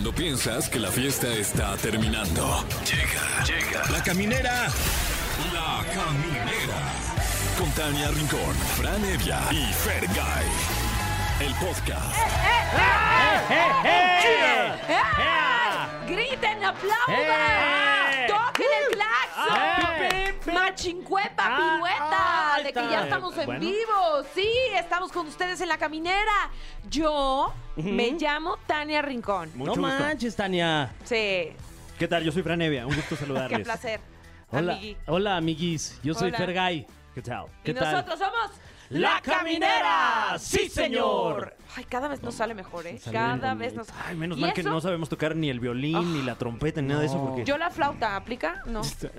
Cuando piensas que la fiesta está terminando. Llega. La Caminera. La Caminera. Con Tania Rincón, Fran Evia y Fergay. El podcast. ¡Griten, aplaudan! ¡Toquen el claxon! ¡Machincuepa, pirueta! De que ya estamos en vivo. Sí, estamos con ustedes en La Caminera. Yo me llamo Tania Rincón. Mucho No gusto. manches, Tania. Sí, ¿Qué tal? Yo soy Fran Evia. Un gusto saludarles. qué placer, Hola, amigui. hola, amiguis. Yo soy Hola. Fergay. ¿Qué tal? Y ¿Qué tal? nosotros somos La Caminera. ¡Sí, señor! Ay, cada vez nos sale mejor, ¿eh? Sale Cada bonito. vez nos... Ay, menos ¿Y mal que eso? no sabemos tocar ni el violín, ni la trompeta, ni nada de eso. Porque Yo la flauta, ¿aplica? No.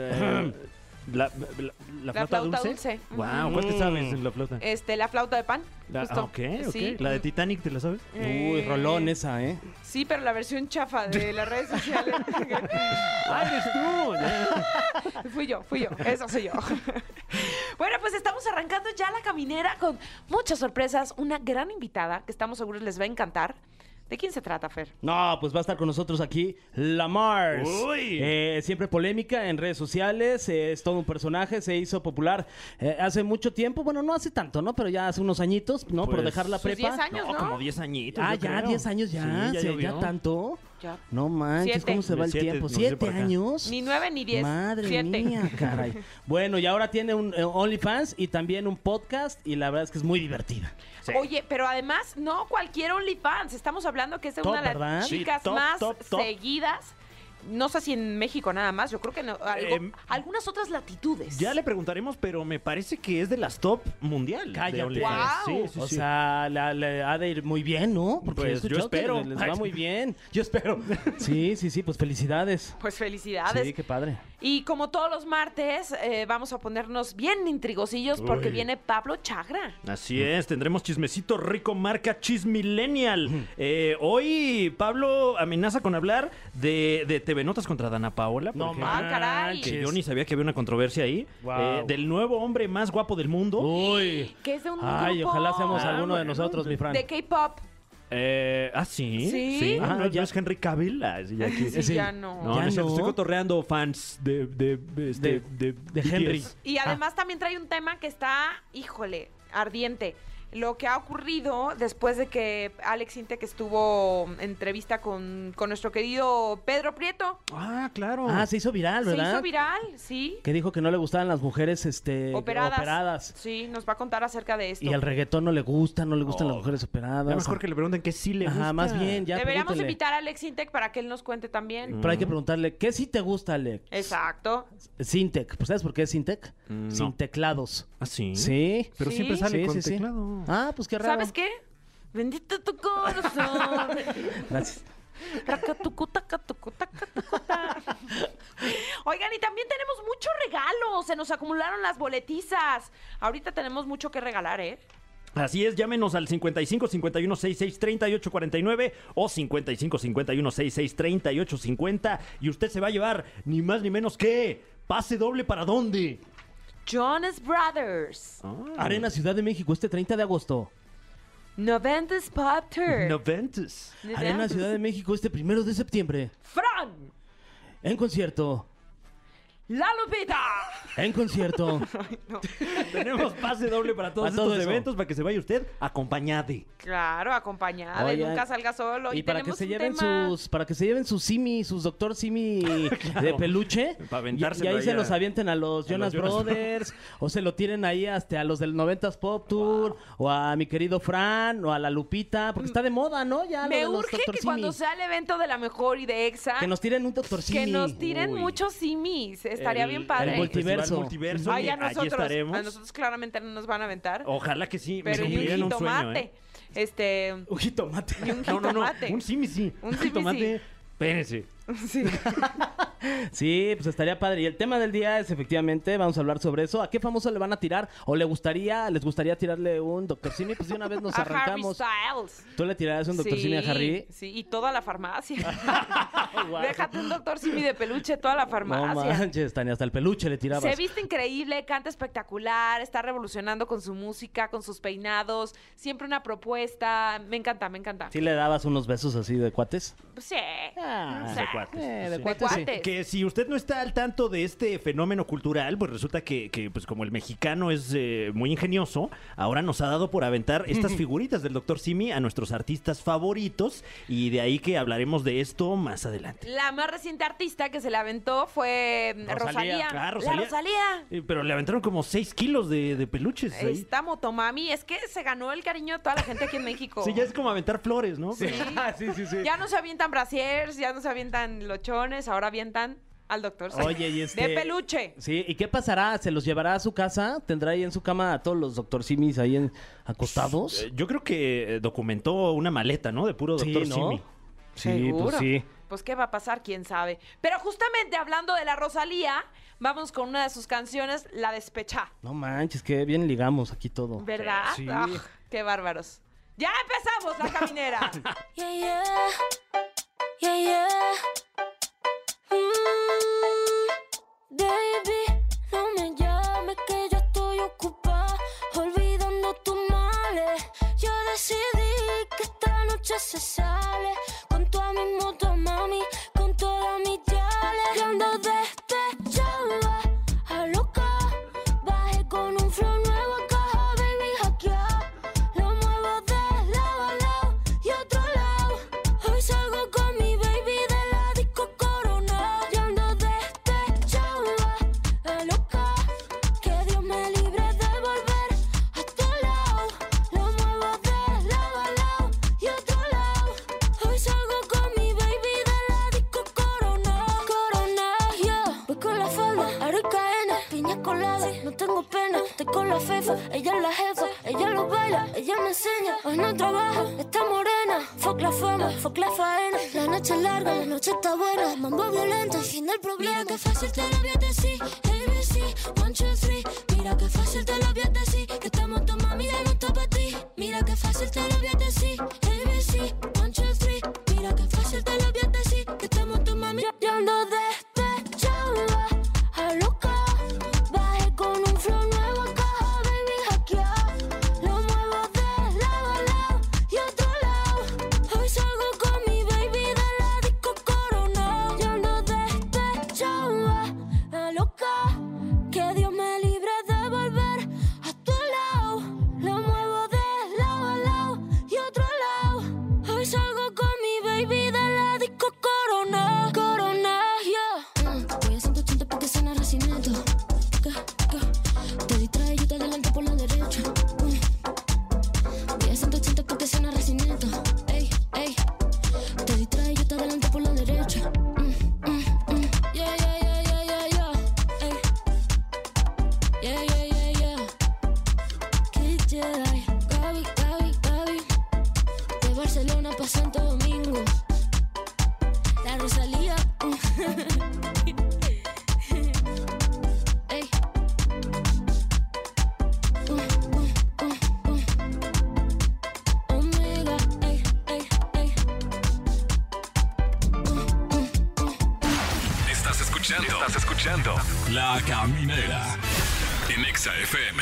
la La flauta flauta dulce. dulce. Wow, ¿cuál te sabes en la flauta? La flauta de pan. Justo. Ok. Sí. ¿La de Titanic te la sabes? Uy, rolón esa, ¿eh? Sí, pero la versión chafa de las redes sociales. ¡Ah, eres tú! Fui yo, eso soy yo. Bueno, pues estamos arrancando ya La Caminera con muchas sorpresas, una gran invitada que estamos seguros les va a encantar. ¿De quién se trata, Fer? No, pues va a estar con nosotros aquí la Mars. Uy. Siempre polémica en redes sociales, es todo un personaje, se hizo popular hace mucho tiempo, bueno, no hace tanto, ¿no? Pero ya hace unos añitos, ¿no? Por Pues, dejar la sus prepa. 10 años, ¿no? Como 10 añitos. Ah, yo ya, creo. 10 años ya, Sí, ya ya llovió. tanto. Ya. No manches, 7. ¿cómo se va el 7, tiempo? no sé 7 por acá. años. Ni 9 ni 10. Madre 7. mía, caray. Bueno, y ahora tiene un OnlyFans y también un podcast y la verdad es que es muy divertida. Sí. Oye, pero además, no cualquier OnlyFans. Estamos hablando que es de Top, una de las ¿verdad? Sí, chicas top, más top. seguidas. No sé si en México nada más, yo creo que no, algunas otras latitudes. Ya le preguntaremos, pero me parece que es de las top mundial. Cállate. de OnlyFans. Guau. Sí. O sea, le ha de ir muy bien, ¿no? Porque Pues, he escuchado yo espero. que les va muy bien. Yo espero. Sí, pues felicidades. Pues felicidades. Sí, qué padre. Y como todos los martes, vamos a ponernos bien intrigosillos porque Uy. viene Pablo Chagra. Así es, tendremos chismecito rico marca Chismillennial. Hoy Pablo amenaza con hablar de TV Notas contra Dana Paola. por No ejemplo, Ah, caray. que yo ni sabía que había una controversia ahí. Guau. Del nuevo hombre más guapo del mundo. Uy. Que es de un Ay, grupo ojalá seamos Ah, alguno de bueno. nosotros, mi Fran. de K-pop. Sí. Sí. Ah, Ah, ¿no ya. es Henry Cavill? Ah, sí, ya aquí. Sí, Sí. ya no. No, Ya no es cierto, no. estoy cotorreando fans de Henry. BTS. Y además también trae un tema que está, híjole, ardiente. Lo que ha ocurrido después de que Alex Intec estuvo en entrevista con nuestro querido Pedro Prieto. Ah, claro. Ah, se hizo viral, ¿verdad? Se hizo viral, sí. Que dijo que no le gustaban las mujeres operadas. Sí, nos va a contar acerca de esto. Y el reggaetón no le gustan las Oh. mujeres operadas. Ya mejor que le pregunten que sí le gusta. Ajá, más bien, ya Deberíamos pregúntele. invitar a Alex Intec para que él nos cuente también. Pero hay que preguntarle, ¿qué sí te gusta, Alex? Exacto. Sintec. ¿Pues sabes por qué es Sintec? No. Sin teclados. ¿Ah, sí? Sí. Pero Sí. siempre sale Sí, con sí, sí. teclado. Ah, pues qué raro. ¿Sabes qué? Bendito tu corazón. Gracias. Racatucutacatucutacatucuta. Oigan, y también tenemos muchos regalos. Se nos acumularon las boletizas. Ahorita tenemos mucho que regalar, ¿eh? Así es, llámenos al 55 51 66 38 49 o 55 51 66 38 50 y usted se va a llevar ni más ni menos que pase doble para dónde. Jonas Brothers. Arena Ciudad de México, este 30 de agosto. Noventas Pop Tour. Noventas. Arena Ciudad de México, este 1 de septiembre. Fran. En concierto. La Lupita. En concierto. Tenemos pase doble para todos Para todo estos eso. eventos para que se vaya usted acompañado. Claro, acompañada. Oigan, Nunca salga solo. Y para que tenemos se un lleven tema. para que se lleven sus Simi, sus Doctor Simi de peluche. Para Y aventárselo ahí ahí se a- los avienten a los a Jonas los Jonas Brothers, o se lo tiren ahí hasta a los del 90s Pop Tour, o a mi querido Fran, o a la Lupita, porque está de moda, ¿no? Ya lo Me de los urge Dr. que Simi. cuando sea el evento de la mejor y de EXA, Que nos tiren un Doctor Simi. que nos tiren Uy. muchos simis. Estaría bien el padre. multiverso. Festival Multiverso. Ay, a Allí nosotros estaremos. claramente no nos van a aventar. Ojalá que sí. pero me y un cumplieran un sueño, jitomate. ¿eh? Ujitomate. Y un No, jitomate. un simi sí. Un simi jitomate. sí. Espérense. Sí. Sí, pues estaría padre. Y el tema del día es, efectivamente, vamos a hablar sobre eso. ¿A qué famoso le van a tirar? ¿O les gustaría tirarle un Dr. Simi? Pues de una vez nos arrancamos. A Harry Styles. ¿Tú le tirarás un Dr. Simi a Harry? Sí, y toda la farmacia. Guau. Déjate un Dr. Simi de peluche, toda la No farmacia. manches, Tania, hasta el peluche le tirabas. Se viste increíble, canta espectacular, está revolucionando con su música, con sus peinados, siempre una propuesta. Me encanta, me encanta. ¿Sí le dabas unos besos así de cuates? Sí. Ah, Sí. de cuates. de De cuates, sí. cuates. Que si usted no está al tanto de este fenómeno cultural, pues resulta que pues como el mexicano es muy ingenioso, ahora nos ha dado por aventar estas figuritas del Dr. Simi a nuestros artistas favoritos y de ahí que hablaremos de esto más adelante. La más reciente artista que se le aventó fue Rosalía. Ah, La Rosalía. Rosalía. Pero le aventaron como 6 kilos de peluches ahí. Esta motomami es que se ganó el cariño de toda la gente aquí en México. Sí, ya es como aventar flores, ¿no? Sí. sí. Ya no se avientan brasiers, ya no se avientan lochones, ahora avientan al doctor. Oye, y De peluche. Sí, ¿y qué pasará? ¿Se los llevará a su casa? ¿Tendrá ahí en su cama a todos los Dr. Simis ahí acostados? Yo creo que documentó una maleta, ¿no? De puro Sí, Dr. ¿no? Simi. Sí, Seguro. pues sí. Pues qué va a pasar, quién sabe. Pero justamente hablando de la Rosalía, vamos con una de sus canciones, La Despechá. No manches, que bien ligamos aquí todo. ¿Verdad? Sí. Ah, qué bárbaros. Ya empezamos la caminera. Yeah, yeah, yeah, yeah. Baby, no me llames que yo estoy ocupada, olvidando tus males. Yo decidí que esta noche se sale con toda mi moto, mami, con todas mis yales. Yo ando despechada, a loca, bajé con un flow nuevo a caja, baby, hackeado. Lo muevo de lado a lado y otro lado. Hoy salgo con mi baby de la disco Corona. Yo ando despechada, a loca, que Dios me libre de volver a tu lado. Lo muevo de lado a lado y otro lado. Hoy salgo con mi baby de la disco Corona. Corona, yeah. Voy con la falda, aro y cadena, piña colada, no tengo pena. Estoy con la fefa, ella es la jefa, ella lo baila, ella me enseña. Hoy no trabaja, está morena. Fuck la fama, fuck la faena. La noche es larga, la noche está buena. Mambo violento, el fin del problema. Mira que fácil te lo voy a decir, ABC, 1, 2, 3. Mira que fácil te lo voy a decir, que estamos tu mami de gusto para ti. Mira que fácil te lo voy a decir, ABC, 1, 2, 3. Mira que fácil te lo voy a decir, que estamos tu mami. Yo ando despechada, a loca, bajé con un flow nuevo a caja, baby, hackeado. Lo muevo de lado a lado y otro lado. Hoy salgo con mi baby de la disco Corona. Yo ando despechada, a loca, que Dios me libre de volver a tu lado. Lo muevo de lado a lado y otro lado. Hoy salgo con mi baby de la disco Corona. Corona, yeah. Voy a 180 porque suena Recinito. Te distrae, yo te adelanto por la derecha. Voy a 180 porque suena Recinito. Ey, ey. Te distrae, yo te adelanto por la derecha. Yeah, yeah, yeah, yeah, yeah, yeah. Ey. Yeah, yeah, yeah, yeah. Kid Jedi. Gaby, Gaby, Gaby. De Barcelona pa' Santo Domingo. La Rosalía. Ey. Omega, ey, ey, ey. Estás escuchando La Caminera en Exa FM.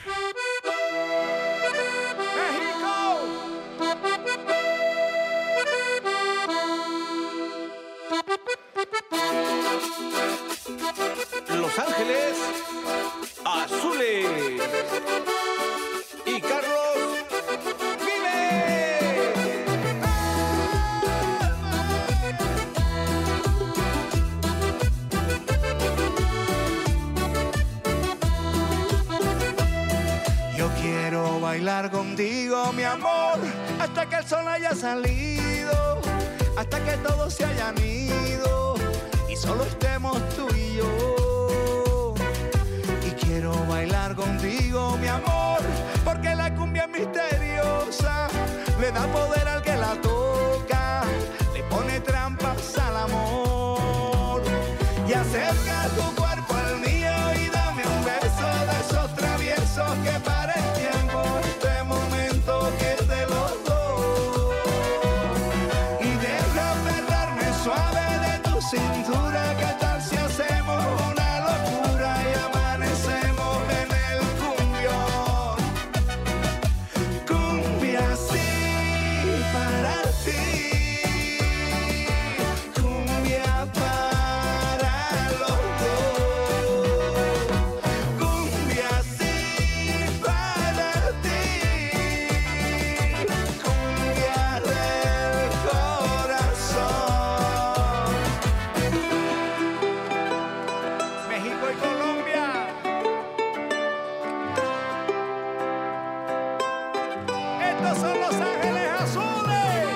Los Ángeles Azules y Carlos Vive. Yo quiero bailar contigo, mi amor, hasta que el sol haya salido, hasta que todos se hayan ido y solo estemos tú y yo. Y quiero bailar contigo, mi amor, porque la cumbia es misteriosa, le da poder al que la toca, le pone trampas al amor. tu cuerpo al mío y dame un beso de esos traviesos que para el tiempo, este momento que es de los dos. Y deja aferrarme suave de tu cintura, ¿qué tal si hacemos una locura y amanecemos en el cumbión? Cumbia sí para ti, cumbia para los dos, cumbia sí para ti, cumbia del corazón. México y Colombia. Estos son Los Ángeles Azules.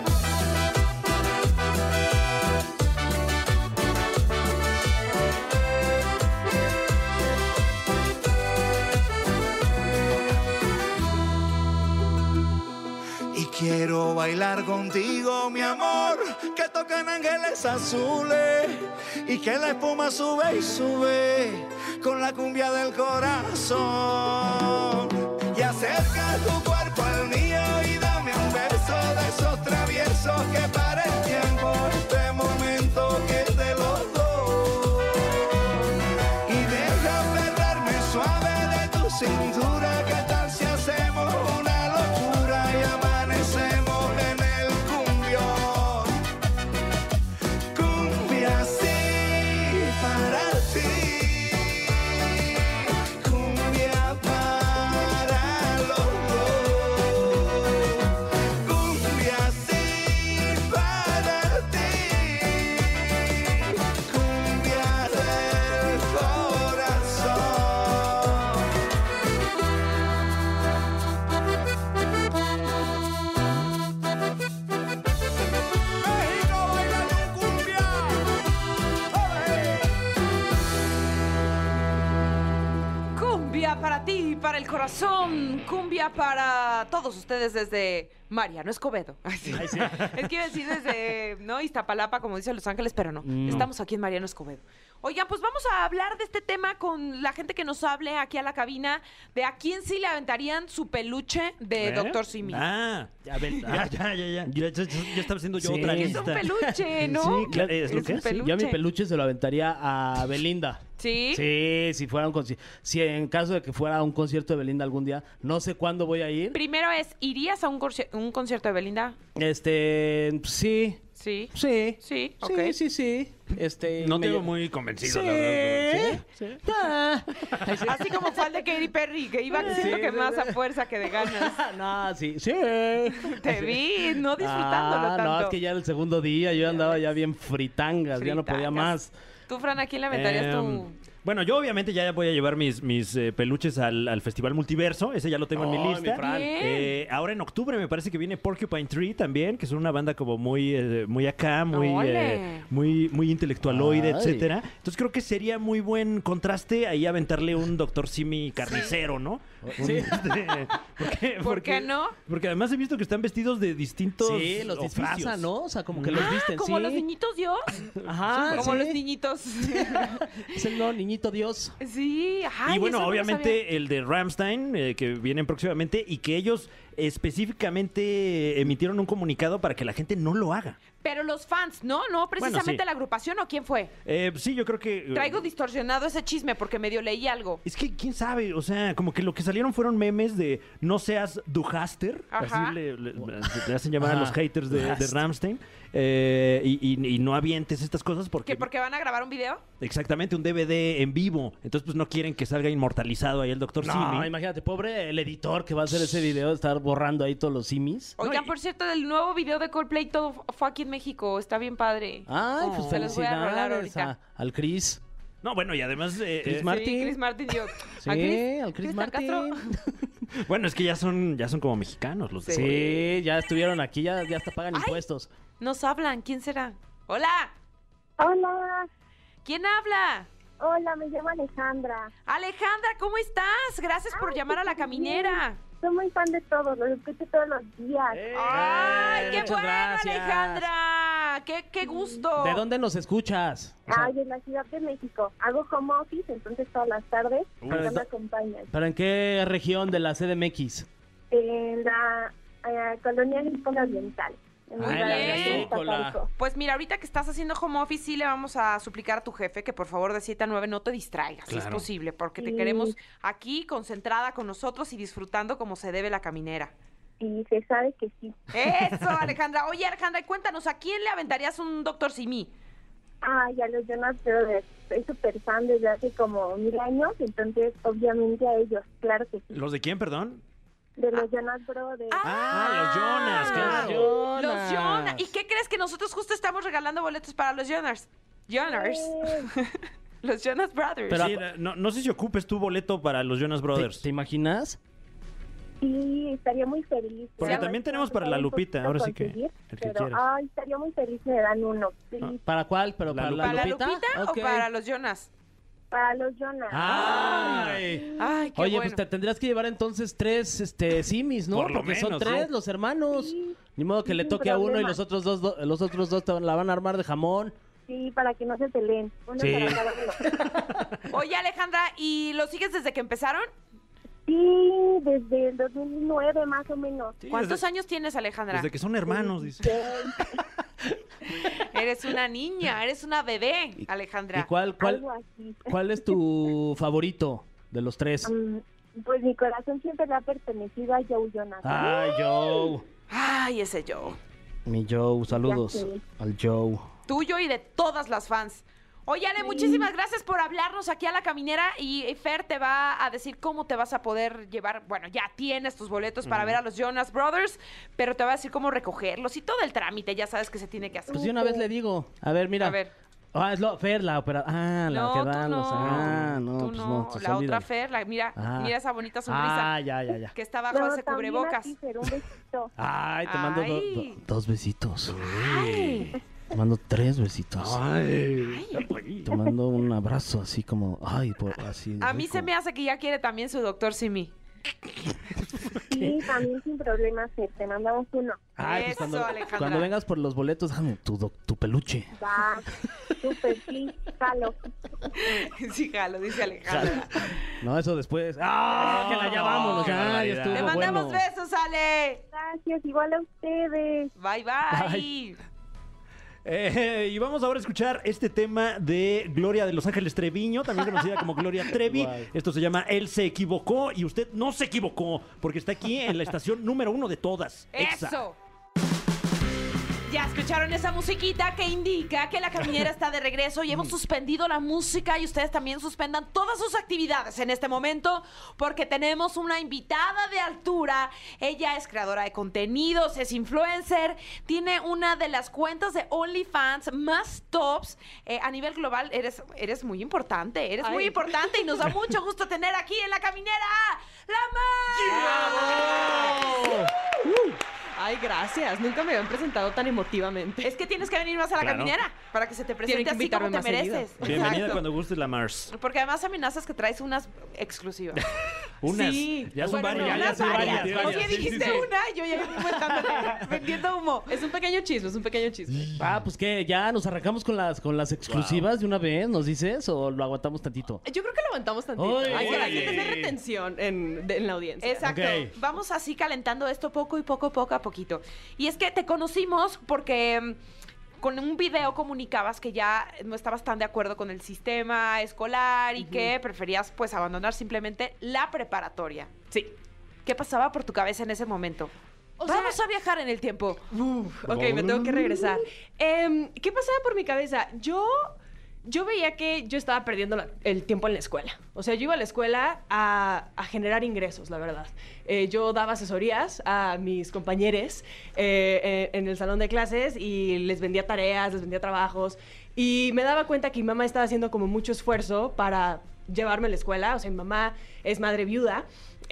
Y quiero bailar contigo, mi amor, que toquen ángeles azules y que la espuma sube y sube con la cumbia del corazón. Y acerca tu cuerpo al mío y dame un beso de esos traviesos que para el tiempo, este momento que es de los dos. Y deja aferrarme suave de tu cintura, ¿qué tal si hacemos una locura y amanecemos en el cumbión? Cumbia sí para ti, cumbia para los dos, cumbia sí para ti, cumbia del corazón. México bailando cumbia. ¡Ole! Cumbia para ti, para el corazón. Cumbia para todos ustedes desde Mariano Escobedo. Ay, sí. Es que iba a decir desde, ¿no? Iztapalapa, como dice Los Ángeles, pero no. Estamos aquí en Mariano Escobedo. Oigan, pues vamos a hablar de este tema con la gente que nos hable aquí a la cabina de a quién sí le aventarían su peluche de Dr. Simi. Ah, ya estaba haciendo yo Sí. otra Es lista. un peluche, ¿no? Sí, claro, es lo Es que un es. peluche. Yo a mi peluche se lo aventaría a Belinda. ¿Sí? Sí, si fuera un si en caso de que fuera un concierto de Belinda algún día, no sé cuándo voy a ir. Primero ¿irías a un concierto de Belinda? Sí. Sí. Sí. Sí, ok. Sí. No te me- veo muy convencido, Sí. la verdad. Sí. Ah. Así como fue el de Katy Perry, que iba siento que más a fuerza que de ganas. No, sí. Sí. Te vi, no disfrutándolo tanto. No, es que ya era el segundo día, yo andaba ya bien fritangas, ya no podía Fritangas. más. Tú, Fran, ¿a quién le aventarías tu...? Bueno, yo obviamente ya voy a llevar mis peluches al Festival Multiverso. Ese ya lo tengo en mi Ay, lista. mi Fran. Bien. Ahora en octubre me parece que viene Porcupine Tree también, que son una banda como muy acá, Ole. muy intelectualoide, Ay. etcétera. Entonces creo que sería muy buen contraste ahí aventarle un Dr. Simi carnicero, ¿no? Sí. ¿Por qué no? Porque además he visto que están vestidos de distintos Sí, los oficios. disfrazan, ¿no? O sea, como que los visten, como sí. los niñitos Dios. Ajá, Como sí. los niñitos. Es el nuevo niñito Dios. Sí, ay, Y bueno, eso no lo sabía. obviamente el de Rammstein, que vienen próximamente, y que ellos específicamente emitieron un comunicado para que la gente no lo haga. Pero los fans, ¿no? No precisamente sí. la agrupación, ¿o quién fue? Sí, yo creo que... Traigo distorsionado ese chisme porque medio leí algo. Es que, ¿quién sabe? O sea, como que lo que salieron fueron memes de no seas Duhaster. Ajá. Así le hacen llamar a los Ajá. haters de Rammstein. Y no avientes estas cosas porque... ¿Que porque van a grabar un video? Exactamente, un DVD en vivo. Entonces, pues no quieren que salga inmortalizado ahí el Dr. No, Simi. imagínate, pobre el editor que va a hacer ese video, estar borrando ahí todos los simis. Oigan, y- por cierto, del nuevo video de Coldplay todo fue aquí en México. Está bien padre. Ay, pues Se los voy a rolar felicidades ahorita. al Chris. No, bueno, y además... Chris Martin. Sí, Chris Martin y yo. Sí, al Chris Cristian Martin. Castro. Bueno, es que ya son como mexicanos los de... Sí. Sí, ya estuvieron aquí, ya hasta pagan impuestos. Nos hablan. ¿Quién será? Hola. Hola, ¿Quién habla? hola, me llamo Alejandra. Alejandra, ¿cómo estás? Gracias por llamar a la caminera. Soy muy fan de todos, los escucho todos los días. ¡Ay, qué muchas bueno, gracias. Alejandra! Karina, qué gusto. ¿De dónde nos escuchas? O sea, De la Ciudad de México. Hago home office, entonces todas las tardes acá me acompañan. ¿pero en qué región de la CDMX? En la colonia agrícola oriental. En Ay, la la de agrícola. Iztacalco. Pues mira, ahorita que estás haciendo home office, sí le vamos a suplicar a tu jefe que por favor de 7 a 9 no te distraigas, si es Claro. posible, porque te Sí. queremos aquí concentrada con nosotros y disfrutando como se debe la caminera. Y se sabe que sí. Eso, Alejandra. Oye, Alejandra, cuéntanos, ¿a quién le aventarías un Dr. Simi? Ya los Jonas Brothers. Soy súper fan desde hace como 1000 años, entonces obviamente a ellos, claro que sí. ¿Los de quién, perdón? De los Jonas Brothers. Los Jonas, claro. Los Jonas. ¿Y qué crees que nosotros justo estamos regalando boletos para los Jonas? Jonas. Los Jonas Brothers. Pero- Sí, no sé si ocupes tu boleto para los Jonas Brothers. ¿Te imaginas? Sí, estaría muy feliz. Porque Ya también ves, tenemos para está la un Lupita, poquito ahora sí que conseguir, el que pero, quieras. estaría muy feliz me dan uno, please. ¿Para cuál? ¿Pero La para Lupita. ¿Para la Lupita? Lupita Ok. o para los Jonas? Para los Jonas. ¡Ay! Ay, qué Oye, bueno. pues te tendrías que llevar entonces 3 simis, ¿no? Por lo Porque son menos, 3 ¿no? los hermanos. Sí, Ni modo que le sin toque a uno y problema. los otros dos te la van a armar de jamón. Sí, para que no se peleen. Uno Sí. para cada uno. Oye, Alejandra, ¿y lo sigues desde que empezaron? Sí, desde el 2009 más o menos. Sí, ¿Cuántos desde, años tienes, Alejandra? desde que son hermanos, dice. Eres una niña, eres una bebé, ¿Y Alejandra. Algo así. cuál es tu favorito de los 3? Pues mi corazón siempre le ha pertenecido a Joe Jonas. Ay, Joe. Ay, ese yo. Mi Joe, saludos Ya sé. al Joe. Tuyo y de todas las fans. Oye, Ale, muchísimas gracias por hablarnos aquí a la caminera y Fer te va a decir cómo te vas a poder llevar. Bueno, ya tienes tus boletos para ver a los Jonas Brothers, pero te va a decir cómo recogerlos y todo el trámite, ya sabes que se tiene que hacer. Pues de una vez le digo. A ver, mira. A ver. Es Fer, la opera. la No, que tú dan los. no. No, Tú pues no. no. pues La otra olvídalo. Fer, mira Ah. esa bonita sonrisa Ya. que está bajo ese también cubrebocas. a ti, Fer, un besito. Ay, te mando Ay. 2 besitos. Ay. Te mando 3 besitos. Ay. Te mando un abrazo así como. Así. A mí rico. se me hace que ya quiere también su doctor Simi. Sí, también sin problemas, Fer. Te mandamos uno. Ay, pues Eso, Alejandra. cuando vengas por los boletos, déjame tu peluche. Va, súper, sí, jalo. Sí, jalo, dice Alejandra. No, eso después. Que ya vámonos, qué ya barbaridad. estuvo Te mandamos bueno. besos, Ale. Gracias, igual a ustedes. Bye, bye. Y vamos ahora a escuchar este tema de Gloria de Los Ángeles Treviño, también conocida como Gloria Trevi. Guay. Esto se llama Él se equivocó y usted no se equivocó porque está aquí en la estación número 1 de todas. Exa. Eso. Ya escucharon esa musiquita que indica que la caminera está de regreso y hemos suspendido la música y ustedes también suspendan todas sus actividades en este momento porque tenemos una invitada de altura. Ella es creadora de contenidos, es influencer, tiene una de las cuentas de OnlyFans más tops a nivel global. Eres muy importante, muy importante y nos da mucho gusto tener aquí en la caminera la Mar. Ay, gracias. Nunca me habían presentado tan emotivamente. Es que tienes que venir más a la Claro. caminera para que se te presente Tienen que así como te invitarme más mereces. seguido. Bienvenida Exacto. cuando gustes la Mars. Porque además amenazas que traes unas exclusivas. Unas. Sí. Ya son Bueno, varias. no, unas son varias. varias. Oye, Sí, dijiste sí, sí. una, yo ya iba inventándole, vendiendo humo. Es un pequeño chisme, es un pequeño chisme. Pues que ya nos arrancamos con las exclusivas de una vez, ¿nos dices? ¿O lo aguantamos tantito? Yo creo que lo aguantamos tantito. Oye. Hay que Oye. tener retención en la audiencia. Exacto. Ok. Vamos así calentando esto poco a poquito. Y es que te conocimos porque con un video comunicabas que ya no estabas tan de acuerdo con el sistema escolar y que preferías pues abandonar simplemente la preparatoria. Sí. ¿Qué pasaba por tu cabeza en ese momento? O sea- Vamos a viajar en el tiempo. Ok, me tengo que regresar. ¿Qué pasaba por mi cabeza? Yo veía que yo estaba perdiendo el tiempo en la escuela. O sea, yo iba a la escuela a generar ingresos, la verdad. Yo daba asesorías a mis compañeros en el salón de clases y les vendía tareas, les vendía trabajos. Y me daba cuenta que mi mamá estaba haciendo como mucho esfuerzo para llevarme a la escuela. O sea, mi mamá es madre viuda.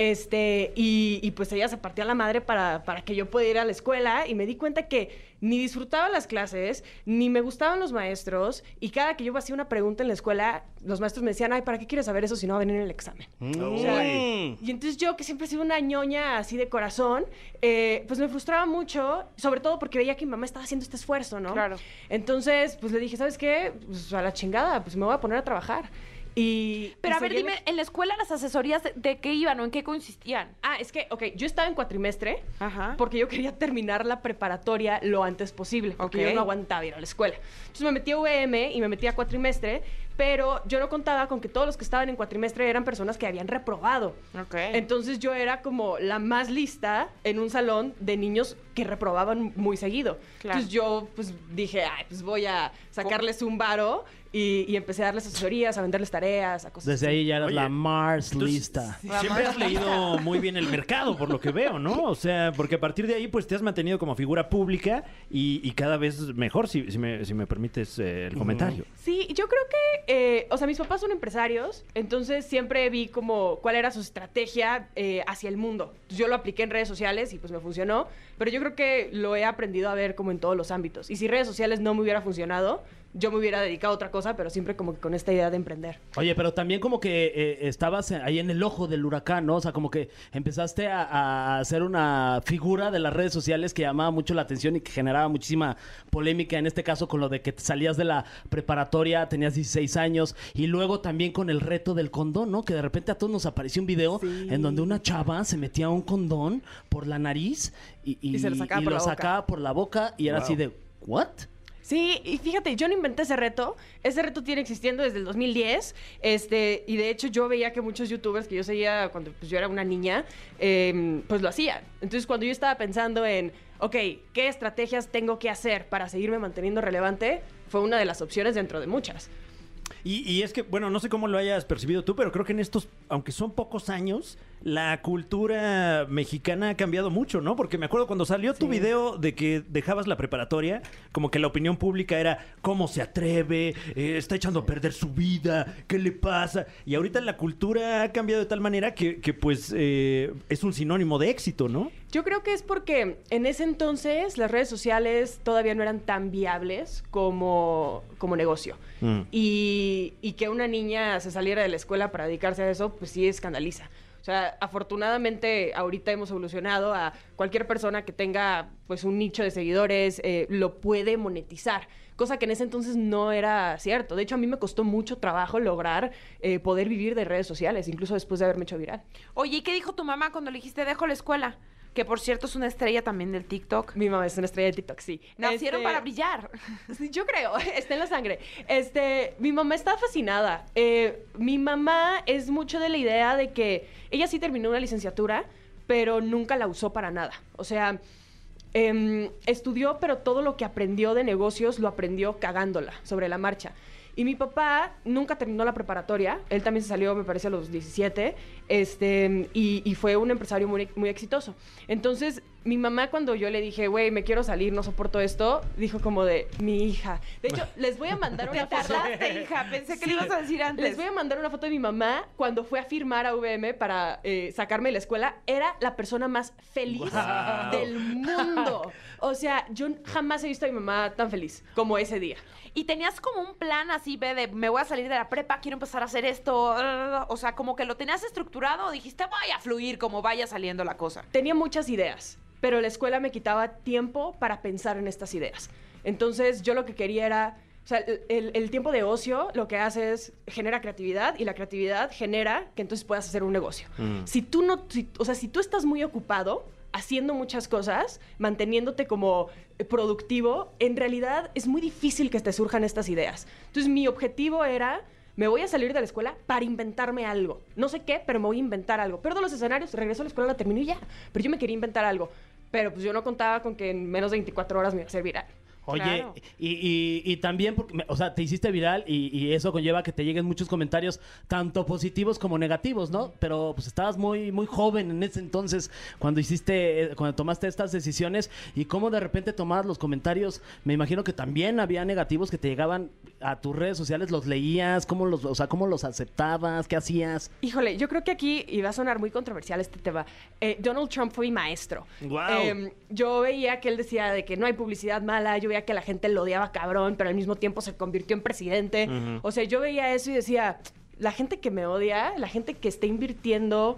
Y pues ella se partía la madre para que yo pudiera ir a la escuela, y me di cuenta que ni disfrutaba las clases, ni me gustaban los maestros, y cada que yo hacía una pregunta en la escuela, los maestros me decían, ay, ¿para qué quieres saber eso si no va a venir en el examen? O sea, y entonces yo, que siempre he sido una ñoña así de corazón, pues me frustraba mucho, sobre todo porque veía que mi mamá estaba haciendo este esfuerzo, ¿no? Claro. Entonces, pues le dije, ¿sabes qué? Pues a la chingada, pues me voy a poner a trabajar. Pero a ver, dime, en la escuela las asesorías de qué iban o en qué consistían. Es que, yo estaba en cuatrimestre Ajá. porque yo quería terminar la preparatoria lo antes posible, porque Ok. yo no aguantaba ir a la escuela. Entonces me metí a UVM y me metí a cuatrimestre, pero yo no contaba con que todos los que estaban en cuatrimestre eran personas que habían reprobado. Ok. Entonces yo era como la más lista en un salón de niños que reprobaban muy seguido. Claro. Entonces yo pues dije, pues voy a sacarles un varo y empecé a darles asesorías, a venderles tareas, a cosas Desde así. ahí ya eras Oye, la Mars entonces, lista. Siempre has leído muy bien el mercado, por lo que veo, ¿no? O sea, porque a partir de ahí, pues te has mantenido como figura pública y cada vez mejor, si me permites el comentario. Sí, yo creo que, o sea, mis papás son empresarios, entonces siempre vi como cuál era su estrategia hacia el mundo. Yo lo apliqué en redes sociales y pues me funcionó, pero yo creo que lo he aprendido a ver como en todos los ámbitos. Y si redes sociales no me hubiera funcionado, yo me hubiera dedicado a otra cosa, pero siempre como que con esta idea de emprender. Oye, pero también como que estabas ahí en el ojo del huracán, ¿no? O sea, como que empezaste a ser una figura de las redes sociales que llamaba mucho la atención y que generaba muchísima polémica, en este caso con lo de que te salías de la preparatoria, tenías 16 años, y luego también con el reto del condón, ¿no? Que de repente a todos nos apareció un video en donde una chava se metía un condón por la nariz y se lo sacaba por la boca. sacaba por la boca y era así de, ¿what? Sí, y fíjate, yo no inventé ese reto. Ese reto tiene existiendo desde el 2010. Y de hecho yo veía que muchos youtubers que yo seguía cuando pues, yo era una niña, pues lo hacían. Entonces cuando yo estaba pensando en, ok, ¿qué estrategias tengo que hacer para seguirme manteniendo relevante? Fue una de las opciones dentro de muchas. Y es que, bueno, no sé cómo lo hayas percibido tú, pero creo que en estos, aunque son pocos años, la cultura mexicana ha cambiado mucho, ¿no? Porque me acuerdo cuando salió tu video de que dejabas la preparatoria, como que la opinión pública era, ¿cómo se atreve? Está echando a perder su vida, ¿qué le pasa? Y ahorita la cultura ha cambiado de tal manera que pues, es un sinónimo de éxito, ¿no? Yo creo que es porque en ese entonces las redes sociales todavía no eran tan viables como negocio. Y que una niña se saliera de la escuela para dedicarse a eso, pues sí escandaliza. O sea, afortunadamente ahorita hemos evolucionado a cualquier persona que tenga pues un nicho de seguidores lo puede monetizar, cosa que en ese entonces no era cierto. De hecho, a mí me costó mucho trabajo lograr poder vivir de redes sociales, incluso después de haberme hecho viral. Oye, ¿y qué dijo tu mamá cuando le dijiste dejo la escuela? Que por cierto es una estrella también del TikTok. Mi mamá es una estrella de TikTok, sí. Nacieron para brillar. Sí, yo creo, está en la sangre. Mi mamá está fascinada. Mi mamá es mucho de la idea de que ella sí terminó una licenciatura, pero nunca la usó para nada. O sea, estudió, pero todo lo que aprendió de negocios lo aprendió cagándola sobre la marcha. Y mi papá nunca terminó la preparatoria. Él también se salió, me parece, a los 17. Y fue un empresario muy, muy exitoso. Entonces, mi mamá, cuando yo le dije, güey, me quiero salir, no soporto esto, dijo como de, mi hija. De hecho, les voy a mandar una foto. Tardaste, hija. Pensé que le ibas a decir antes. Les voy a mandar una foto de mi mamá cuando fue a firmar a UVM para sacarme de la escuela. Era la persona más feliz del mundo. O sea, yo jamás he visto a mi mamá tan feliz como ese día. Y tenías como un plan así, de me voy a salir de la prepa, quiero empezar a hacer esto. O sea, como que lo tenías estructurado o dijiste, voy a fluir como vaya saliendo la cosa. Tenía muchas ideas, pero la escuela me quitaba tiempo para pensar en estas ideas. Entonces, yo lo que quería era... O sea, el tiempo de ocio lo que hace es genera creatividad y la creatividad genera que entonces puedas hacer un negocio. Si tú estás muy ocupado haciendo muchas cosas, manteniéndote como productivo, en realidad es muy difícil que te surjan estas ideas. Entonces, mi objetivo era, me voy a salir de la escuela para inventarme algo. No sé qué, pero me voy a inventar algo. Pierdo los escenarios, regreso a la escuela, la termino y ya. Pero yo me quería inventar algo. Pero pues yo no contaba con que en menos de 24 horas me iba a hacer viral. Oye, Claro. y también, porque, o sea, te hiciste viral y eso conlleva que te lleguen muchos comentarios, tanto positivos como negativos, ¿no? Pero pues estabas muy, muy joven en ese entonces cuando tomaste estas decisiones, y cómo de repente tomabas los comentarios. Me imagino que también había negativos que te llegaban a tus redes sociales? ¿Los leías? ¿Cómo los aceptabas? ¿Qué hacías? Híjole, yo creo que aquí, y va a sonar muy controversial este tema, Donald Trump fue mi maestro. Wow. Yo veía que él decía de que no hay publicidad mala, yo veía que la gente lo odiaba cabrón, pero al mismo tiempo se convirtió en presidente. O sea, yo veía eso y decía, la gente que me odia, la gente que está invirtiendo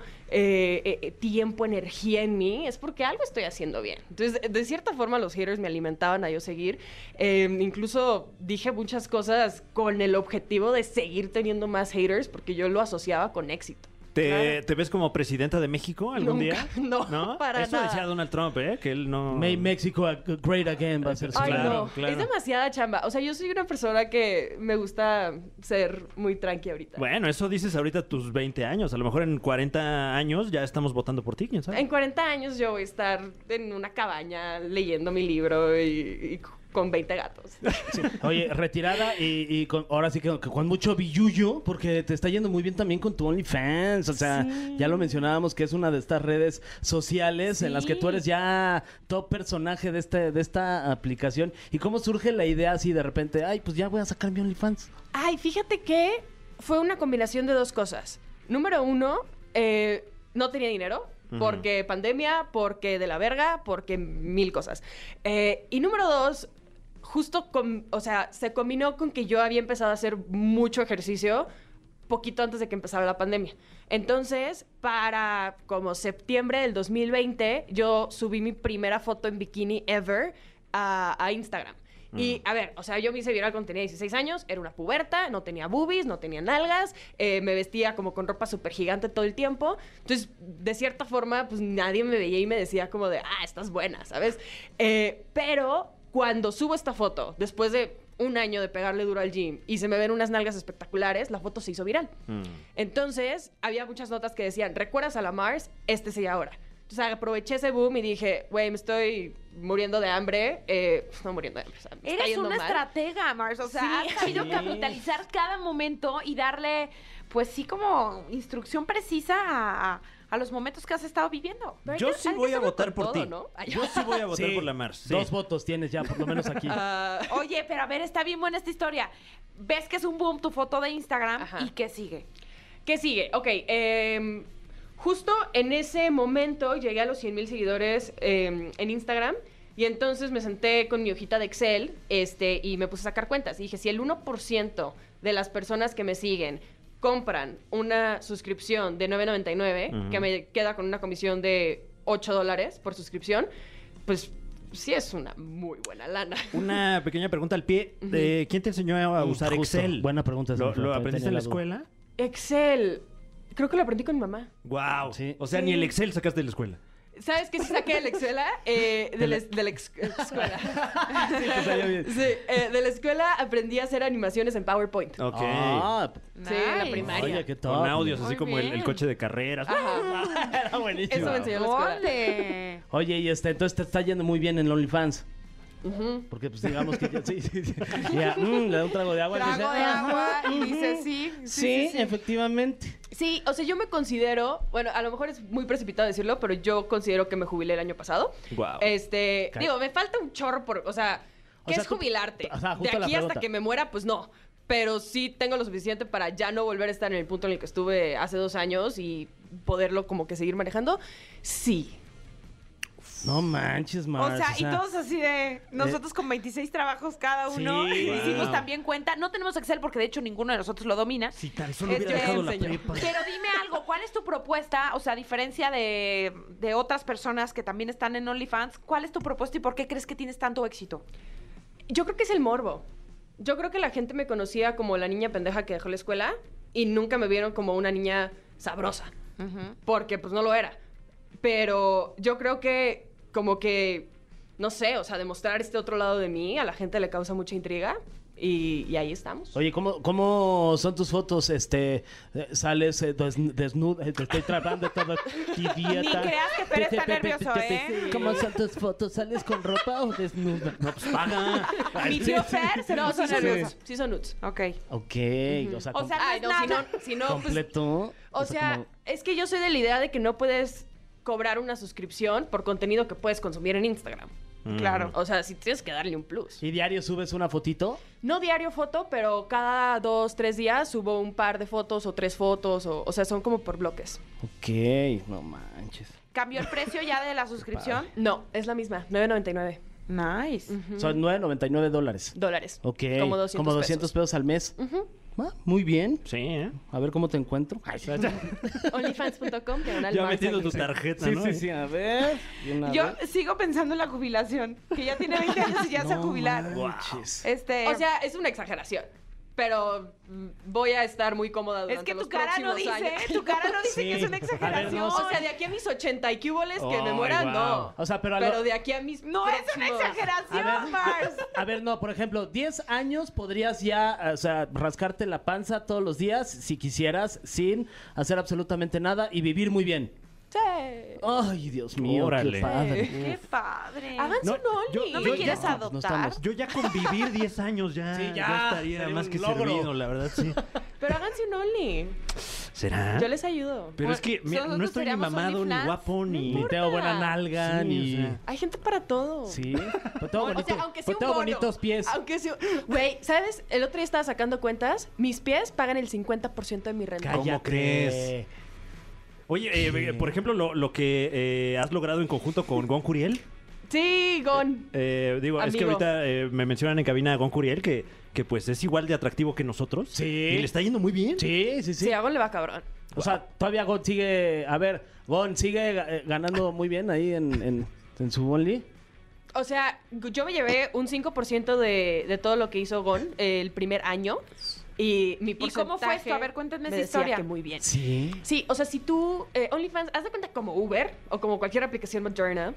tiempo, energía en mí, es porque algo estoy haciendo bien. Entonces, de cierta forma, los haters me alimentaban a yo seguir. Incluso dije muchas cosas con el objetivo de seguir teniendo más haters, porque yo lo asociaba con éxito. ¿Te ves como presidenta de México algún Nunca, día? no, para Eso nada. decía Donald Trump, que él no... Make Mexico great again va a ser su Ay, Claro, no, claro. es demasiada chamba. O sea, yo soy una persona que me gusta ser muy tranqui ahorita. Bueno, eso dices ahorita a tus 20 años. A lo mejor en 40 años ya estamos votando por ti, ¿quién sabe? En 40 años yo voy a estar en una cabaña leyendo mi libro y con 20 gatos. Oye, retirada y ahora sí que con mucho billuyo, porque te está yendo muy bien también con tu OnlyFans. O sea, Sí. ya lo mencionábamos que es una de estas redes sociales en las que tú eres ya top personaje de esta aplicación. ¿Y cómo surge la idea así de repente? Ay, pues ya voy a sacar mi OnlyFans. Ay, fíjate que fue una combinación de dos cosas. Número uno, no tenía dinero. Porque pandemia, porque de la verga, porque mil cosas. Y número dos, justo se combinó con que yo había empezado a hacer mucho ejercicio poquito antes de que empezara la pandemia. Entonces, para como septiembre del 2020, yo subí mi primera foto en bikini ever a Instagram. Y, a ver, o sea, yo me hice viral cuando tenía 16 años, era una puberta, no tenía boobies, no tenía nalgas, me vestía como con ropa súper gigante todo el tiempo. Entonces, de cierta forma, pues nadie me veía y me decía como de, estás buena, ¿sabes? Pero cuando subo esta foto, después de un año de pegarle duro al gym y se me ven unas nalgas espectaculares, la foto se hizo viral. Entonces, había muchas notas que decían, ¿recuerdas a la Mars? Este sí ahora. O sea, aproveché ese boom y dije, güey, me estoy muriendo de hambre. No muriendo de hambre, o sea, me está Eres yendo una mal. estratega, Mars. O sea, has sabido capitalizar cada momento y darle, pues sí, como instrucción precisa a los momentos que has estado viviendo. Pero Yo hay que- sí hay que voy a hacerlo votar con por todo, ti. ¿no? Ay, Yo sí voy a votar Sí. por la Mars. sí. 2 votos tienes ya, por lo menos aquí. Oye, pero a ver, está bien buena esta historia. Ves que es un boom tu foto de Instagram Ajá. y ¿qué sigue? ¿Qué sigue? Ok, justo en ese momento llegué a los 100,000 seguidores en Instagram y entonces me senté con mi hojita de Excel y me puse a sacar cuentas. Y dije, si el 1% de las personas que me siguen compran una suscripción de $9.99, que me queda con una comisión de $8 por suscripción, pues sí es una muy buena lana. Una pequeña pregunta al pie. ¿Quién te enseñó a usar Justo. Excel? Buena pregunta. ¿Lo Tenía aprendiste en la duda. escuela? Excel, creo que lo aprendí con mi mamá. Wow. Sí. O sea, Sí. ni el Excel sacaste de la escuela. ¿Sabes qué sí saqué de la escuela? De la escuela. Sí, de la escuela aprendí a hacer animaciones en PowerPoint. Ok. Ah, Sí, en la Nice. primaria. oye, qué top. Con audios, así Muy como el bien. coche de carreras. Era buenísimo. Eso me enseñó la escuela. ¡Ole! Oye, y entonces te está yendo muy bien en OnlyFans. Porque pues digamos que ya, sí. Ya, le da un trago de agua. y Trago dice, de "Ajá, agua y dice sí. Sí, efectivamente. Sí, o sea, yo me considero, bueno, a lo mejor es muy precipitado decirlo, pero yo considero que me jubilé el año pasado. Guau. Digo, me falta un chorro o sea, ¿qué O sea, es tú- jubilarte? ajá, De justo la aquí hasta pregunta. que me muera, pues no. Pero sí tengo lo suficiente para ya no volver a estar en el punto en el que estuve hace 2 años y poderlo como que seguir manejando. Sí. No manches, O Mars. sea, y todos así de nosotros con 26 trabajos cada uno Sí, y wow. hicimos también cuenta. No tenemos Excel porque de hecho ninguno de nosotros lo domina. Si tan solo hubiera Este, dejado la enseño. prepa. Pero dime algo, ¿cuál es tu propuesta? O sea, a diferencia de otras personas que también están en OnlyFans, ¿cuál es tu propuesta y por qué crees que tienes tanto éxito? Yo creo que es el morbo. Yo creo que la gente me conocía como la niña pendeja que dejó la escuela y nunca me vieron como una niña sabrosa. Porque pues no lo era. Pero yo creo que como que, no sé, o sea, demostrar este otro lado de mí a la gente le causa mucha intriga y ahí estamos. Oye, ¿cómo son tus fotos? Sales desnudo, te estoy tratando de todo idiota. Ni creas que Fer está nervioso, ¿eh? ¿Cómo son tus fotos? ¿Sales con ropa o desnuda? No, pues paga. Mi tío Fer se No, puso sí son nervioso. nudes. Sí son nudes. Ok. Ok, o sea, O sea, Ay, no no, es si no, nada. si no, pues... completo. O sea, como- es que yo soy de la idea de que no puedes cobrar una suscripción por contenido que puedes consumir en Instagram. Claro. O sea, sí tienes que darle un plus. ¿Y diario subes una fotito? No diario foto, pero cada 2, 3 días subo un par de fotos o 3 fotos. O sea, son como por bloques. Ok, no manches. ¿Cambió el precio ya de la suscripción? No, es la misma, $9.99. Nice. Son $9.99. Dólares. Ok. Como 200 pesos al mes. Muy bien. Sí, ¿eh? A ver cómo te encuentro. Onlyfans.com. Ya metiendo tu tarjeta, ¿no? Sí, a ver. De una Yo vez. sigo pensando en la jubilación, que ya tiene 20 años y ya se va a jubilar. manches. O sea, es una exageración. Pero voy a estar muy cómoda durante es que los tu cara no próximos dice, años. tu cara no dice Sí. que es una A ver, exageración. no, O sea, de aquí a mis 80 y cuboles que me Ay, mueran, guau. no. O sea, pero de aquí a mis No es una próximos- exageración, Mars. A ver, no, por ejemplo, 10 años podrías ya, o sea, rascarte la panza todos los días si quisieras, sin hacer absolutamente nada y vivir muy bien. Sí. Ay, Dios mío, Órale. qué padre. Qué padre. Háganse No, un Only. ¿No me yo quieres ya- adoptar? no estamos. Yo ya con vivir 10 años ya, Sí, ya, ya estaría sería más un que logro. servido, la verdad, sí. Pero háganse un Only. ¿Será? Yo les ayudo. Pero es que mira, nosotros no estoy ni seríamos mamado, ni OnlyFans. guapo, ni... Ni tengo buena nalga, Sí, ni... o sea. Hay gente para todo. Sí, pero tengo, O sea, bonito, aunque sea pero un tengo bono. bonitos pies. Aunque sea... Güey, ¿sabes? El otro día estaba sacando cuentas. Mis pies pagan el 50% de mi renta. ¿Cómo Cállate. crees? Oye, por ejemplo, lo que has logrado en conjunto con Gon Curiel. Sí, Gon. Digo, es que Amigo. ahorita me mencionan en cabina a Gon Curiel que pues es igual de atractivo que nosotros. Sí. Y le está yendo muy bien. Sí. Sí, a Gon le va cabrón. O sea, todavía Gon sigue... A ver, Gon sigue ganando muy bien ahí en su Only. O sea, yo me llevé un 5% de todo lo que hizo Gon el primer año. Y mi ¿Y porcentaje... cómo fue esto? A ver, cuéntenme me esa decía historia. que muy bien. Sí. Sí, o sea, si tú, OnlyFans, haz de cuenta como Uber o como cualquier aplicación moderna,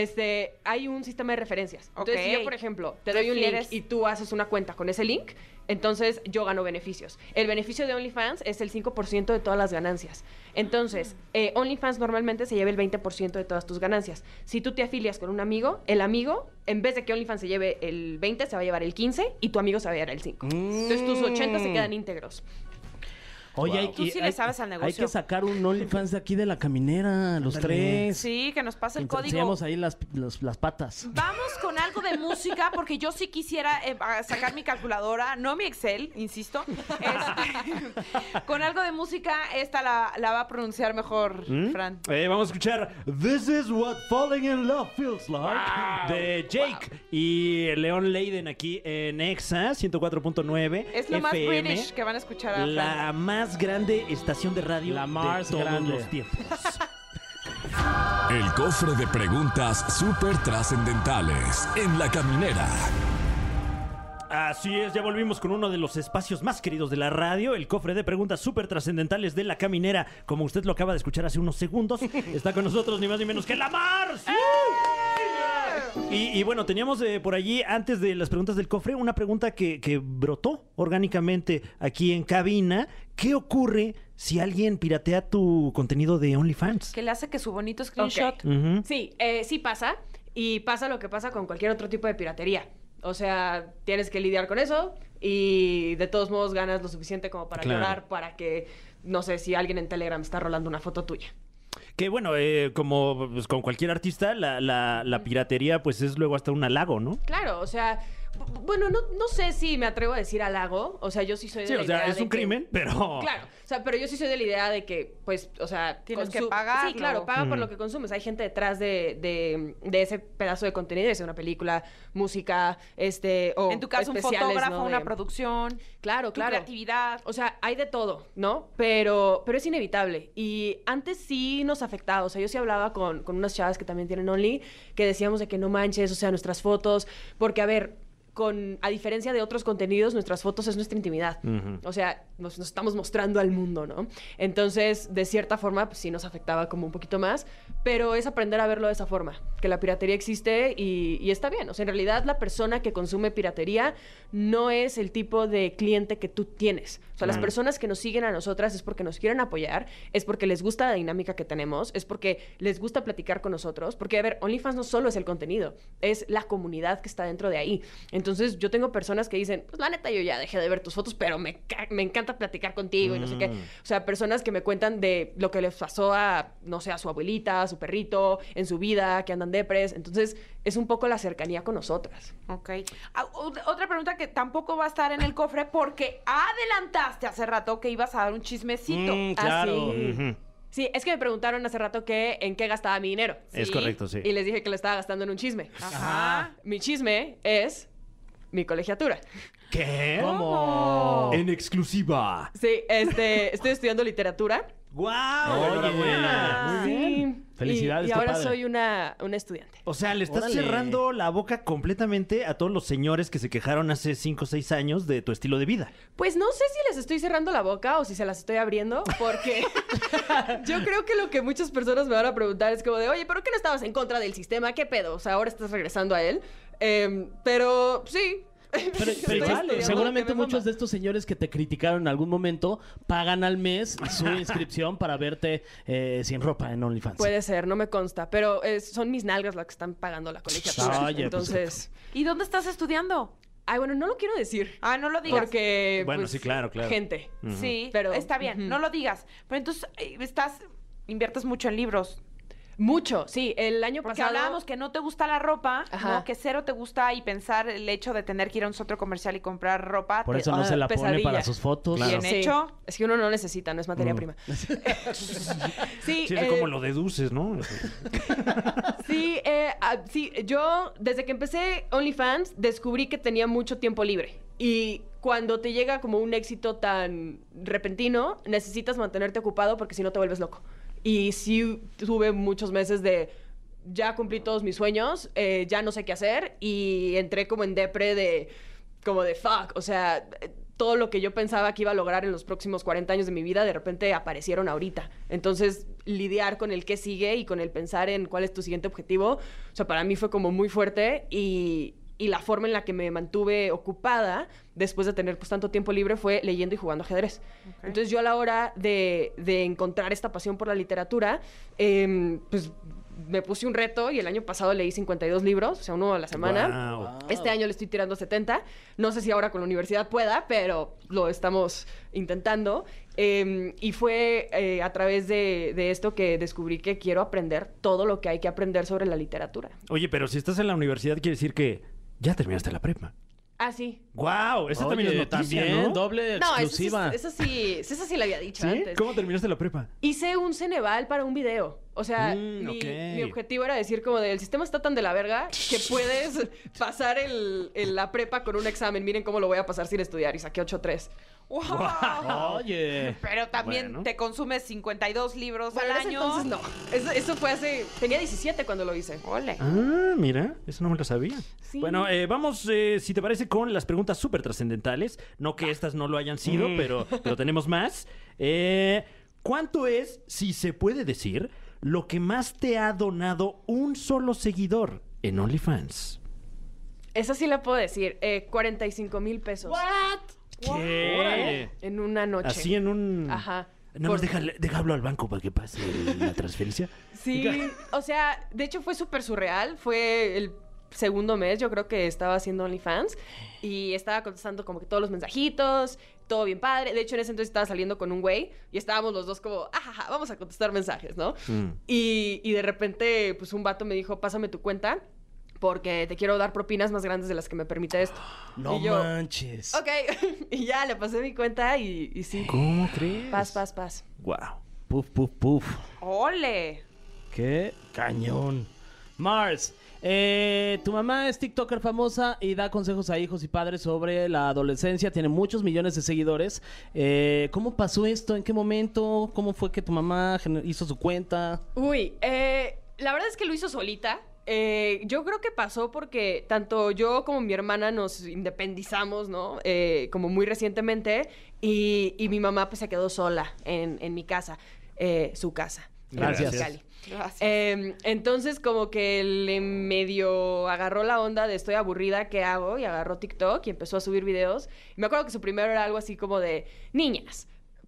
hay un sistema de referencias. Entonces, Ok. si yo, por ejemplo, te doy un link Refieres- y tú haces una cuenta con ese link, entonces yo gano beneficios. El beneficio de OnlyFans es el 5% de todas las ganancias. Entonces, OnlyFans normalmente se lleva el 20% de todas tus ganancias. Si tú te afilias con un amigo, el amigo, en vez de que OnlyFans se lleve el 20, se va a llevar el 15 y tu amigo se va a llevar el 5. Entonces, tus 80 se quedan íntegros. Oye, hay Tú que, sí le sabes al negocio. Hay que sacar un OnlyFans de aquí de la caminera, los tres. Sí, que nos pase el código. Enseñamos ahí las patas. Vamos con algo de música, porque yo sí quisiera sacar mi calculadora, no mi Excel, insisto. Con algo de música, esta la va a pronunciar mejor, Fran. Vamos a escuchar This is what falling in love feels like de Jake y Leon Leiden aquí en Exa 104.9 Es lo más FM, British que van a escuchar a Fran. la más grande estación de radio La de más todos grande. los tiempos. El cofre de preguntas súper trascendentales en la caminera. Así es, ya volvimos con uno de los espacios más queridos de la radio, el cofre de preguntas súper trascendentales de la caminera. Como usted lo acaba de escuchar hace unos segundos, está con nosotros ni más ni menos que la Mars. Y bueno, teníamos por allí, antes de las preguntas del cofre, una pregunta que brotó orgánicamente aquí en cabina. ¿Qué ocurre si alguien piratea tu contenido de OnlyFans? Que le hace que su bonito screenshot. Ok. Ujú. Sí, sí pasa. Y pasa lo que pasa con cualquier otro tipo de piratería. O sea, tienes que lidiar con eso y de todos modos ganas lo suficiente como para Claro. llorar para que, no sé, si alguien en Telegram está rolando una foto tuya. Que bueno, como pues, con cualquier artista, la piratería pues es luego hasta un halago, ¿no? Claro, o sea, bueno, no sé si me atrevo a decir halago. O sea, yo sí soy de Sí, la o sea, idea es de un que- crimen, pero... Claro, o sea, pero yo sí soy de la idea de que, pues, o sea... Tienes que pagarlo. Sí, claro, paga por Mm. lo que consumes. Hay gente detrás de ese pedazo de contenido, ya sea una película, música, o En tu caso, un especiales, fotógrafo, ¿no? una De- producción, Claro, tu claro. creatividad. O sea, hay de todo, ¿no? Pero es inevitable. Y antes sí nos afectaba. O sea, yo sí hablaba con unas chavas que también tienen Only, que decíamos de que no manches, o sea, nuestras fotos. Porque, a ver, a diferencia de otros contenidos, nuestras fotos es nuestra intimidad. Ujú. O sea, nos estamos mostrando al mundo, ¿no? Entonces, de cierta forma, pues, sí nos afectaba como un poquito más. Pero es aprender a verlo de esa forma. Que la piratería existe y está bien. O sea, en realidad, la persona que consume piratería no es el tipo de cliente que tú tienes. O sea, las personas que nos siguen a nosotras es porque nos quieren apoyar, es porque les gusta la dinámica que tenemos, es porque les gusta platicar con nosotros. Porque, a ver, OnlyFans no solo es el contenido, es la comunidad que está dentro de ahí. Entonces, Entonces yo tengo personas que dicen, pues la neta yo ya dejé de ver tus fotos, pero me encanta platicar contigo y no sé qué. O sea, personas que me cuentan de lo que les pasó a, no sé, a su abuelita, a su perrito, en su vida, que andan depres. Entonces es un poco la cercanía con nosotras. Ok. Otra pregunta que tampoco va a estar en el cofre porque adelantaste hace rato que ibas a dar un chismecito. Claro. Sí. Sí, es que me preguntaron hace rato que en qué gastaba mi dinero. Es correcto, sí. Y les dije que lo estaba gastando en un chisme. Ajá. Mi chisme es mi colegiatura. ¿Qué? ¿Cómo? En exclusiva. Sí, estoy estudiando literatura. ¡Guau! Oye, ¡Enhorabuena! muy bien. Sí. Felicidades, Y está ahora padre. soy una estudiante. O sea, le estás Órale. cerrando la boca completamente a todos los señores que se quejaron hace 5 o 6 años de tu estilo de vida. Pues no sé si les estoy cerrando la boca o si se las estoy abriendo, porque yo creo que lo que muchas personas me van a preguntar es como de, oye, ¿pero qué no estabas en contra del sistema? ¿Qué pedo? O sea, ahora estás regresando a él. Pero sí. Pero Estoy igual, estudiando, seguramente que me muchos mama. de estos señores que te criticaron en algún momento pagan al mes su inscripción para verte sin ropa en OnlyFans. Puede ser, no me consta, pero son mis nalgas las que están pagando la colegiatura. Oye, pues, Entonces, ¿Y dónde estás estudiando? ay, bueno, no lo quiero decir. Ah, no lo digas. Porque, Bueno, pues, sí, claro. gente. Sí, Pero- está bien, Ujú. no lo digas. Pero entonces inviertes mucho en libros. Mucho, sí. El año Porque pasado... hablábamos que no te gusta la ropa, Ajá. ¿no? Que cero te gusta y pensar el hecho de tener que ir a un centro comercial y comprar ropa. Por te- eso no se la pone pesadilla. para sus fotos. Claro. Bien hecho. Es que uno no necesita, no es materia prima. Sí, Sí, ¿cómo lo deduces, no? sí, yo desde que empecé OnlyFans descubrí que tenía mucho tiempo libre. Y cuando te llega como un éxito tan repentino, necesitas mantenerte ocupado porque si no te vuelves loco. Y sí tuve muchos meses de ya cumplí todos mis sueños, ya no sé qué hacer y entré como en depre de como de fuck, o sea, todo lo que yo pensaba que iba a lograr en los próximos 40 años de mi vida, de repente aparecieron ahorita. Entonces, lidiar con el qué sigue y con el pensar en cuál es tu siguiente objetivo, o sea, para mí fue como muy fuerte y la forma en la que me mantuve ocupada después de tener pues tanto tiempo libre fue leyendo y jugando ajedrez. Entonces, yo a la hora de encontrar esta pasión por la literatura, pues me puse un reto y el año pasado leí 52 libros, o sea, uno a la semana. Guau. Este año le estoy tirando 70. No sé si ahora con la universidad pueda, pero lo estamos intentando. Y fue a través de esto que descubrí que quiero aprender todo lo que hay que aprender sobre la literatura. Oye, pero si estás en la universidad quiere decir que ya terminaste la prepa. Ah, sí. ¡Guau! Esa también es Oye, noticia, también, ¿no? doble No, exclusiva. esa sí la había dicho ¿Sí? antes. ¿Cómo terminaste la prepa? Hice un Ceneval para un video. O sea, ok. mi objetivo era decir como de, el sistema está tan de la verga que puedes pasar la prepa con un examen. Miren cómo lo voy a pasar sin estudiar. Y saqué 8.3. ¡Wow! Oye. Pero también Bueno. te consumes 52 libros Bueno, al en ese año. entonces no. Eso fue hace... Tenía 17 cuando lo hice. Ole. Ah, mira, eso no me lo sabía. Sí. Bueno, vamos, si te parece, con las preguntas súper trascendentales. No que estas no lo hayan sido, pero tenemos más. ¿Cuánto es, si se puede decir, lo que más te ha donado un solo seguidor en OnlyFans? Esa sí la puedo decir. 45,000 pesos. ¿Qué? En una noche. Así en un... Ajá. Nada más déjalo al banco para que pase la transferencia. Sí, o sea, de hecho fue súper surreal. Fue el segundo mes, yo creo que estaba haciendo OnlyFans y estaba contestando como que todos los mensajitos, todo bien padre. De hecho, en ese entonces estaba saliendo con un güey y estábamos los dos como, ajaja, vamos a contestar mensajes, ¿no? Y de repente, pues un vato me dijo, pásame tu cuenta porque te quiero dar propinas más grandes de las que me permite esto. No Y yo, manches. ok, y ya le pasé mi cuenta y sí. ¿Cómo crees? Paz. Wow. Puf, puf, puf. Ole. Qué cañón. Mars, tu mamá es TikToker famosa y da consejos a hijos y padres sobre la adolescencia. Tiene muchos millones de seguidores. ¿Cómo pasó esto? ¿En qué momento? ¿Cómo fue que tu mamá hizo su cuenta? Uy, la verdad es que lo hizo solita. Yo creo que pasó porque tanto yo como mi hermana nos independizamos, ¿no? Como muy recientemente. Y mi mamá pues se quedó sola en mi casa, su casa. en Gracias. Mexicali. Gracias. Entonces como que le medio agarró la onda de estoy aburrida, ¿qué hago? Y agarró TikTok y empezó a subir videos. Y me acuerdo que su primero era algo así como de niñas.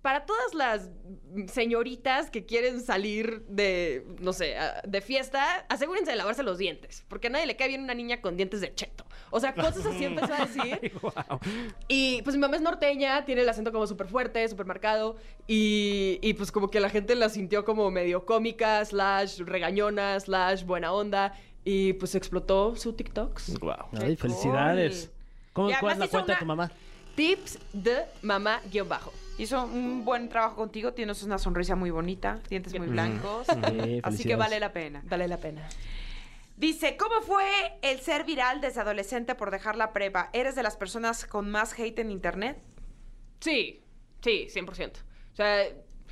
para todas las señoritas que quieren salir de, no sé, de fiesta, asegúrense de lavarse los dientes, porque a nadie le cae bien una niña con dientes de cheto. O sea, cosas así empezó a decir. Ay, wow. Y pues mi mamá es norteña, tiene el acento como súper fuerte, súper marcado, y pues como que la gente la sintió como medio cómica, / regañona, / buena onda, y pues explotó su TikToks. Wow. Ay, felicidades. ¿Cuál es además la hizo cuenta de tu mamá? Tips de mamá _ Hizo un buen trabajo contigo, tienes una sonrisa muy bonita, dientes muy blancos. Así que felicidades. vale la pena. Vale la pena. Dice, ¿cómo fue el ser viral desde adolescente por dejar la prepa? ¿Eres de las personas con más hate en internet? Sí, 100%. O sea,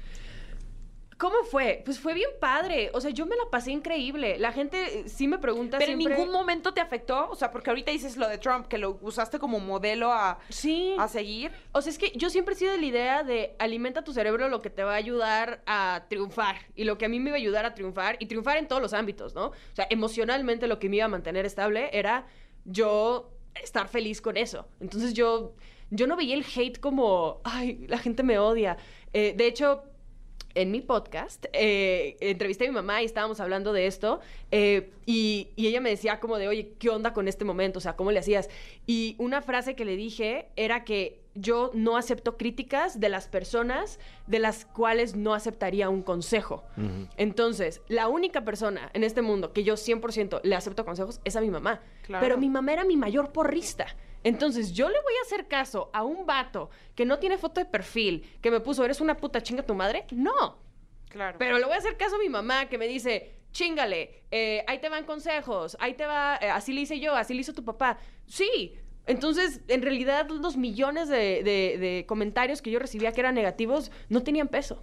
¿cómo fue? Pues fue bien padre. O sea, yo me la pasé increíble. La gente sí me pregunta Pero siempre... en ningún momento te afectó, o sea, porque ahorita dices lo de Trump, que lo usaste como modelo a seguir. O sea, es que yo siempre he sido de la idea de alimenta tu cerebro lo que te va a ayudar a triunfar. Y lo que a mí me iba a ayudar a triunfar, y triunfar en todos los ámbitos, ¿no? O sea, emocionalmente lo que me iba a mantener estable era yo estar feliz con eso. Entonces yo no veía el hate como, ay, la gente me odia. De hecho... En mi podcast, entrevisté a mi mamá y estábamos hablando de esto y ella me decía como de, oye, ¿qué onda con este momento? O sea, ¿cómo le hacías? Y una frase que le dije era que yo no acepto críticas de las personas de las cuales no aceptaría un consejo. Entonces, la única persona en este mundo que yo 100% le acepto consejos es a mi mamá. Claro. Pero mi mamá era mi mayor porrista. Entonces, yo le voy a hacer caso a un vato que no tiene foto de perfil, que me puso, ¿eres una puta chinga tu madre? No. Claro. Pero le voy a hacer caso a mi mamá que me dice, chíngale, ahí te van consejos, ahí te va, así le hice yo, así le hizo tu papá. Sí. Entonces, en realidad, los millones de comentarios que yo recibía que eran negativos no tenían peso.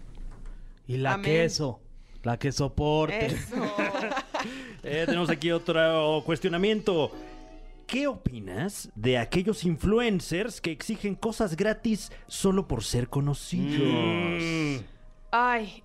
Y la Amén. queso. La que soporte. Eso. Tenemos aquí otro cuestionamiento. ¿Qué opinas de aquellos influencers que exigen cosas gratis solo por ser conocidos? Ay,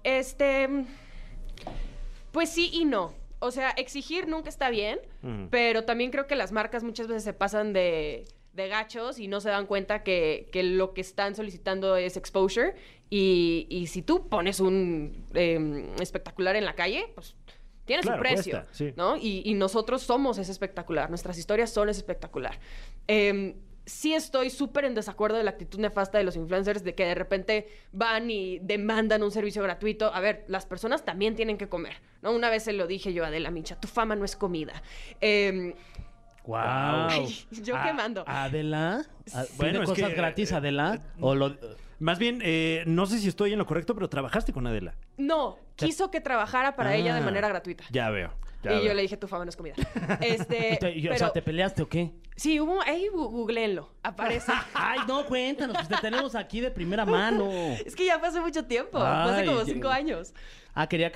pues sí y no. O sea, exigir nunca está bien, pero también creo que las marcas muchas veces se pasan de gachos y no se dan cuenta que lo que están solicitando es exposure. Y si tú pones un espectacular en la calle, pues tiene Claro, su precio, cuesta, sí. ¿no? Y nosotros somos ese espectacular, nuestras historias son ese espectacular. Sí estoy súper en desacuerdo de la actitud nefasta de los influencers de que de repente van y demandan un servicio gratuito. A ver, las personas también tienen que comer, ¿no? Una vez se lo dije yo a Adela Micha, tu fama no es comida. Wow. Yo quemando. Adela. Bueno, ¿Pide es cosas que, gratis, Adela? ¿O lo... Más bien, no sé si estoy en lo correcto, pero trabajaste con Adela. No, quiso que trabajara para ella de manera gratuita. Ya veo. Y yo le dije, tu fama no es comida. O sea, ¿te peleaste o qué? Sí, ahí googleenlo, aparece. Ay, no, cuéntanos, pues te tenemos aquí de primera mano. Es que ya fue hace mucho tiempo, fue hace Ay, como 5 años. Ah, quería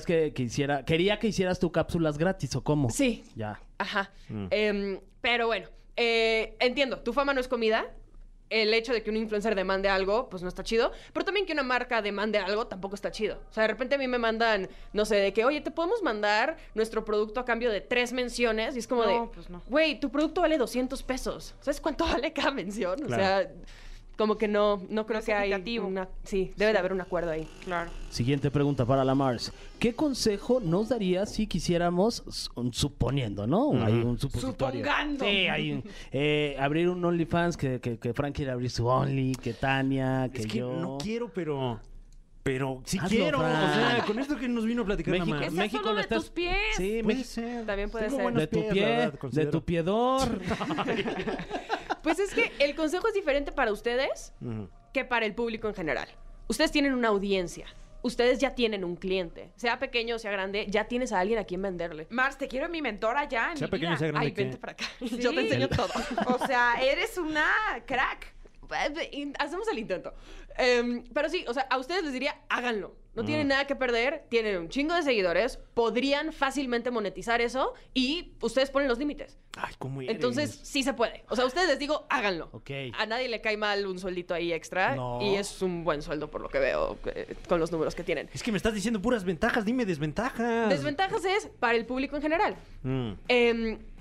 que hicieras tu cápsulas gratis, ¿o cómo? Sí. Ya. Ajá. Pero bueno, entiendo, tu fama no es comida. El hecho de que un influencer demande algo, pues no está chido. Pero también que una marca demande algo, tampoco está chido. O sea, de repente a mí me mandan, no sé, de que, oye, ¿te podemos mandar nuestro producto a cambio de 3 menciones? Y es como pues no. güey, tu producto vale $200. ¿Sabes cuánto vale cada mención? Claro. O sea, como que no creo es que hay equitativo. Sí, debe de haber un acuerdo ahí. Claro. Siguiente pregunta para la Mars. ¿Qué consejo nos darías si quisiéramos, suponiendo, ¿no? Hay un supositorio. Supongando. Sí, hay abrir un OnlyFans, que Frank quiere abrir su Only, que Tania, que Es que yo. no quiero, pero sí Hazlo, quiero. Fran. O sea, con esto que nos vino a platicar México, nada más. Esa México solo lo de estás... tus pies. Sí, Puede México. ser. También puede Tengo ser. buenos De tu pies, pie, la verdad, de considero. tu piedor. Pues es que el consejo es diferente para ustedes que para el público en general. Ustedes tienen una audiencia. Ustedes ya tienen un cliente. Sea pequeño o sea grande, ya tienes a alguien a quien venderle. Mars, te quiero en mi mentora ya, en Sea mi pequeño, vida. sea grande. Ay, ¿qué? vente para acá. Sí. Yo te enseño todo. O sea, eres una crack. Hacemos el intento. Pero sí, o sea, a ustedes les diría, háganlo. No tienen nada que perder, tienen un chingo de seguidores, podrían fácilmente monetizar eso y ustedes ponen los límites. Ay, ¿cómo eres? Entonces, sí se puede. O sea, a ustedes les digo, háganlo. Ok. A nadie le cae mal un sueldito ahí extra. No. Y es un buen sueldo por lo que veo con los números que tienen. Es que me estás diciendo puras ventajas, dime desventajas. Desventajas es para el público en general. Mm.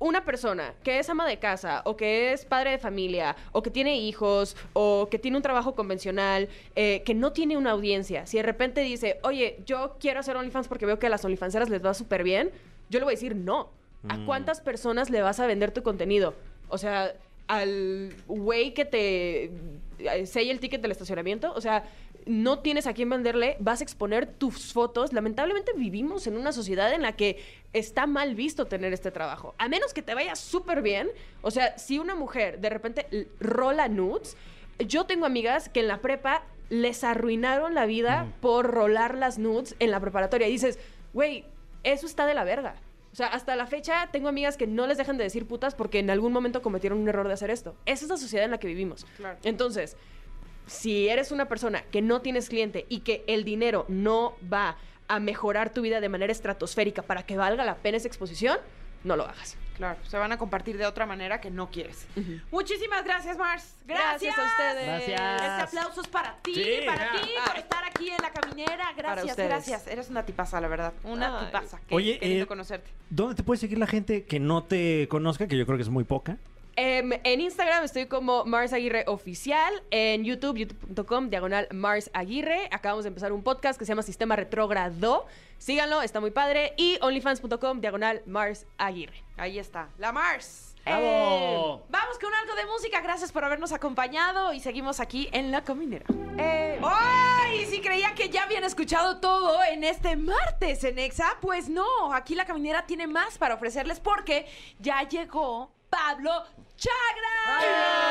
una persona que es ama de casa o que es padre de familia o que tiene hijos o que tiene un trabajo convencional, que no tiene una audiencia, si de repente dice, oye, yo quiero hacer OnlyFans porque veo que a las OnlyFanseras les va súper bien, yo le voy a decir no. ¿A cuántas personas le vas a vender tu contenido? O sea, al güey que te sella el ticket del estacionamiento, o sea, no tienes a quién venderle, vas a exponer tus fotos. Lamentablemente vivimos en una sociedad en la que está mal visto tener este trabajo. A menos que te vaya súper bien. O sea, si una mujer de repente rola nudes, yo tengo amigas que en la prepa les arruinaron la vida por rolar las nudes en la preparatoria. Y dices, güey, eso está de la verga. O sea, hasta la fecha tengo amigas que no les dejan de decir putas porque en algún momento cometieron un error de hacer esto. Esa es la sociedad en la que vivimos. Claro. Entonces, si eres una persona que no tienes cliente y que el dinero no va a mejorar tu vida de manera estratosférica para que valga la pena esa exposición, no lo hagas. Claro, se van a compartir de otra manera que no quieres. Muchísimas gracias, Mars. Gracias a ustedes. Gracias. Este aplauso es para ti, Sí. para ti, por estar aquí en la caminera. Para Gracias, ustedes. gracias. Eres una tipaza, la verdad. Una Ay. tipaza. Oye, Qué lindo conocerte. ¿Dónde te puede seguir la gente que no te conozca? Que yo creo que es muy poca. En Instagram estoy como Mars Aguirre Oficial. En YouTube, youtube.com/Mars Aguirre. Acabamos de empezar un podcast que se llama Sistema Retrógrado. Síganlo, está muy padre. Y onlyfans.com/Mars Aguirre. Ahí está, la Mars. ¡Bravo! Vamos con algo de música. Gracias por habernos acompañado y seguimos aquí en La Caminera. ¡Ay! Si creían que ya habían escuchado todo en este martes en Exa, pues no. Aquí La Caminera tiene más para ofrecerles porque ya llegó Pablo Chagra.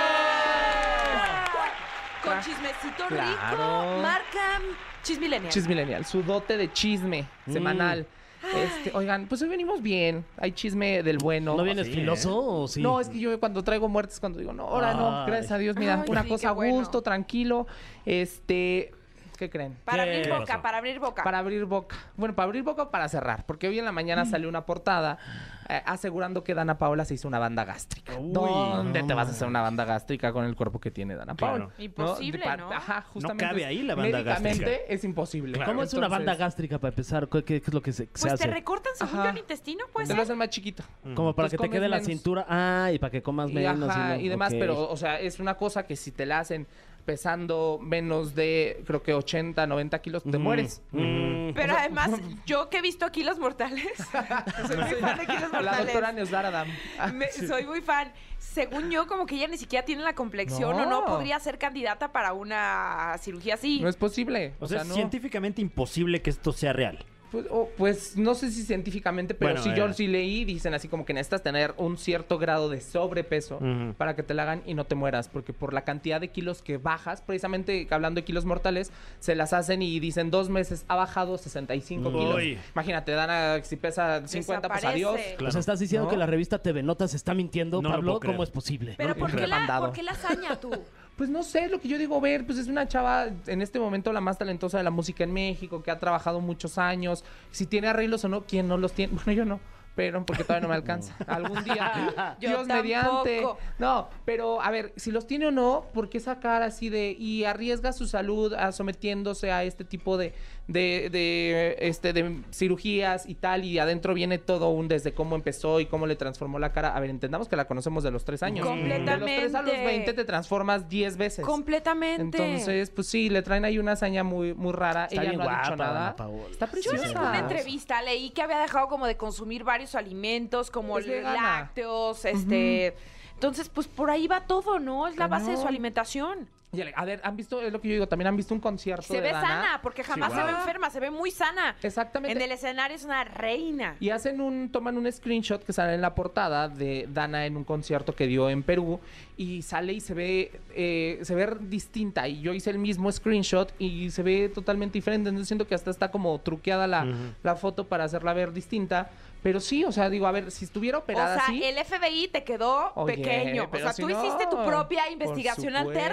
Con chismecito rico, marca Chismilenial. Chismilenial, su dote de chisme semanal. Oigan, pues hoy venimos bien. Hay chisme del bueno. ¿No vienes Sí, filoso o sí? No, es que yo cuando traigo muertes, cuando digo, no, ahora no, Ay. gracias a Dios, mira, Ay, una sí, cosa a qué bueno. gusto, tranquilo. ¿Qué creen? Para ¿Qué abrir boca, pasó? para abrir boca. Para abrir boca. Bueno, para abrir boca o para cerrar. Porque hoy en la mañana salió una portada asegurando que Dana Paola se hizo una banda gástrica. Uy, ¿Dónde no te vas a hacer una banda gástrica con el cuerpo que tiene Dana Paola? Claro. Imposible, ¿no? Ajá, justamente. cabe ahí la banda médicamente gástrica. es imposible. Claro. ¿Cómo es una banda Entonces, gástrica para empezar? ¿Qué es lo que se Pues hace? te recortan según Ajá. yo el intestino, pues. Te lo hacen más chiquito. Como para Entonces que te comes quede la menos. cintura. Ah, y para que comas Y, menos. ajá, y demás, ok. pero, o sea, es una cosa que si te la hacen pesando menos de, creo que 80, 90 kilos, te mueres. Pero además, yo que he visto Kilos Mortales, soy muy fan de Kilos La Mortales. doctora Neusdara Soy muy fan. Según yo, como que ella ni siquiera tiene la complexión o no No. podría ser candidata para una cirugía así. No es posible. O sea, es no. científicamente imposible que esto sea real. Pues no sé si científicamente, pero Bueno, sí yo sí leí, dicen así como que necesitas tener un cierto grado de sobrepeso Ujú. para que te la hagan y no te mueras, porque por la cantidad de kilos que bajas, precisamente hablando de kilos mortales, se las hacen y dicen 2 meses ha bajado 65 Uy. kilos. Imagínate, Dana, si pesa 50, pues adiós. Desaparece. Claro. O sea, estás diciendo ¿No? que la revista TV Notas está mintiendo, No lo Pablo. puedo creer. ¿Cómo es posible? Pero ¿por qué, remandado. ¿por qué la hazaña tú? Pues no sé, lo que yo digo, ver, pues es una chava en este momento la más talentosa de la música en México, que ha trabajado muchos años. Si tiene arreglos o no, ¿quién no los tiene? Bueno, yo no, pero porque todavía no me alcanza. Algún día, Yo Dios mediante. tampoco. No, pero a ver, si los tiene o no, ¿por qué sacar así de y arriesga su salud sometiéndose a este tipo de cirugías y tal? Y adentro viene todo un desde cómo empezó y cómo le transformó la cara. A ver, entendamos que la conocemos de los 3 años. Completamente. De los 3 a los 20 te transformas 10 veces. Completamente. Entonces, pues sí, le traen ahí una haña muy, muy rara. Está Ella bien no ha dicho guapa, nada. Dana Paola. Está Yo preciosa. en alguna entrevista leí que había dejado como de consumir varios alimentos, como Es vegana. lácteos, Entonces, pues por ahí va todo, ¿no? Es la base de su Cañón. alimentación. Y a ver, han visto, es lo que yo digo, también han visto un concierto Se de ve Dana. sana, porque jamás se ve enferma, se ve muy sana. Exactamente. En el escenario es una reina. Y toman un screenshot que sale en la portada de Dana en un concierto que dio en Perú y sale y se ve distinta. Y yo hice el mismo screenshot y se ve totalmente diferente. Entonces siento que hasta está como truqueada la foto para hacerla ver distinta. Pero sí, o sea, digo, a ver, si estuviera operada O sea, así... el FBI te quedó Oye, pequeño. O pero sea, si tú no, hiciste tu propia por investigación supuesto. alterna, Pablo.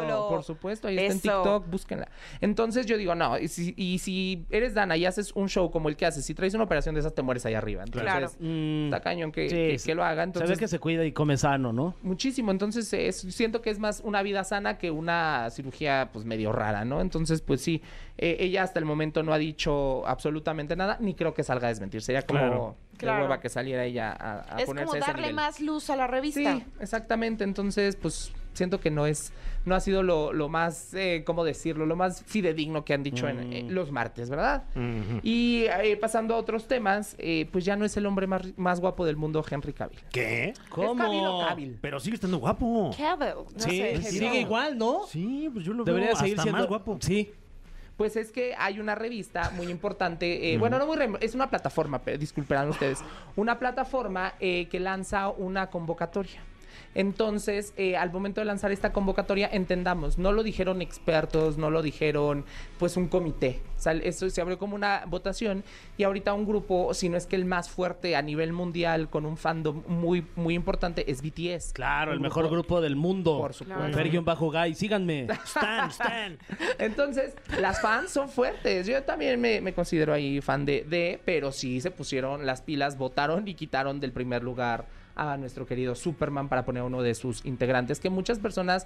Claro. Por supuesto, ahí está en Eso. TikTok, búsquenla. Entonces yo digo, no, y si eres Dana y haces un show como el que haces, si traes una operación de esas, te mueres ahí arriba. Entonces, Claro. está cañón que, Sí, que lo haga. Se Entonces, ve que se cuida y come sano, ¿no? muchísimo. Entonces, siento que es más una vida sana que una cirugía, pues, medio rara, ¿no? Entonces, pues sí, ella hasta el momento no ha dicho absolutamente nada, ni creo que salga a desmentir. Sería como Claro. de Claro. hueva que saliera ella a Es ponerse como a ese darle nivel. más luz a la revista. Sí, exactamente. Entonces, pues siento que no ha sido lo más, ¿cómo decirlo? Lo más fidedigno que han dicho en los martes, ¿verdad? Ujú. Y pasando a otros temas, pues ya no es el hombre más guapo del mundo, Henry Cavill. ¿Qué? ¿Cómo? Es Cavill o Cavill. Pero sigue estando guapo. Cavill, no Sí, sé. sigue igual, ¿no? Sí, pues yo lo Debería veo seguir hasta siendo más guapo. Sí. Pues es que hay una revista muy importante, bueno, no muy es una plataforma, disculparán ustedes, una plataforma que lanza una convocatoria. Entonces, al momento de lanzar esta convocatoria, entendamos, no lo dijeron expertos, no lo dijeron pues un comité. O sea, eso se abrió como una votación y ahorita un grupo, si no es que el más fuerte a nivel mundial con un fandom muy, muy importante es BTS. Claro, Un el mejor grupo del mundo. Por supuesto. Fer-Guy, síganme. Stan. Entonces, las fans son fuertes. Yo también me considero ahí fan de, pero sí se pusieron las pilas, votaron y quitaron del primer lugar a nuestro querido Superman para poner uno de sus integrantes, que muchas personas,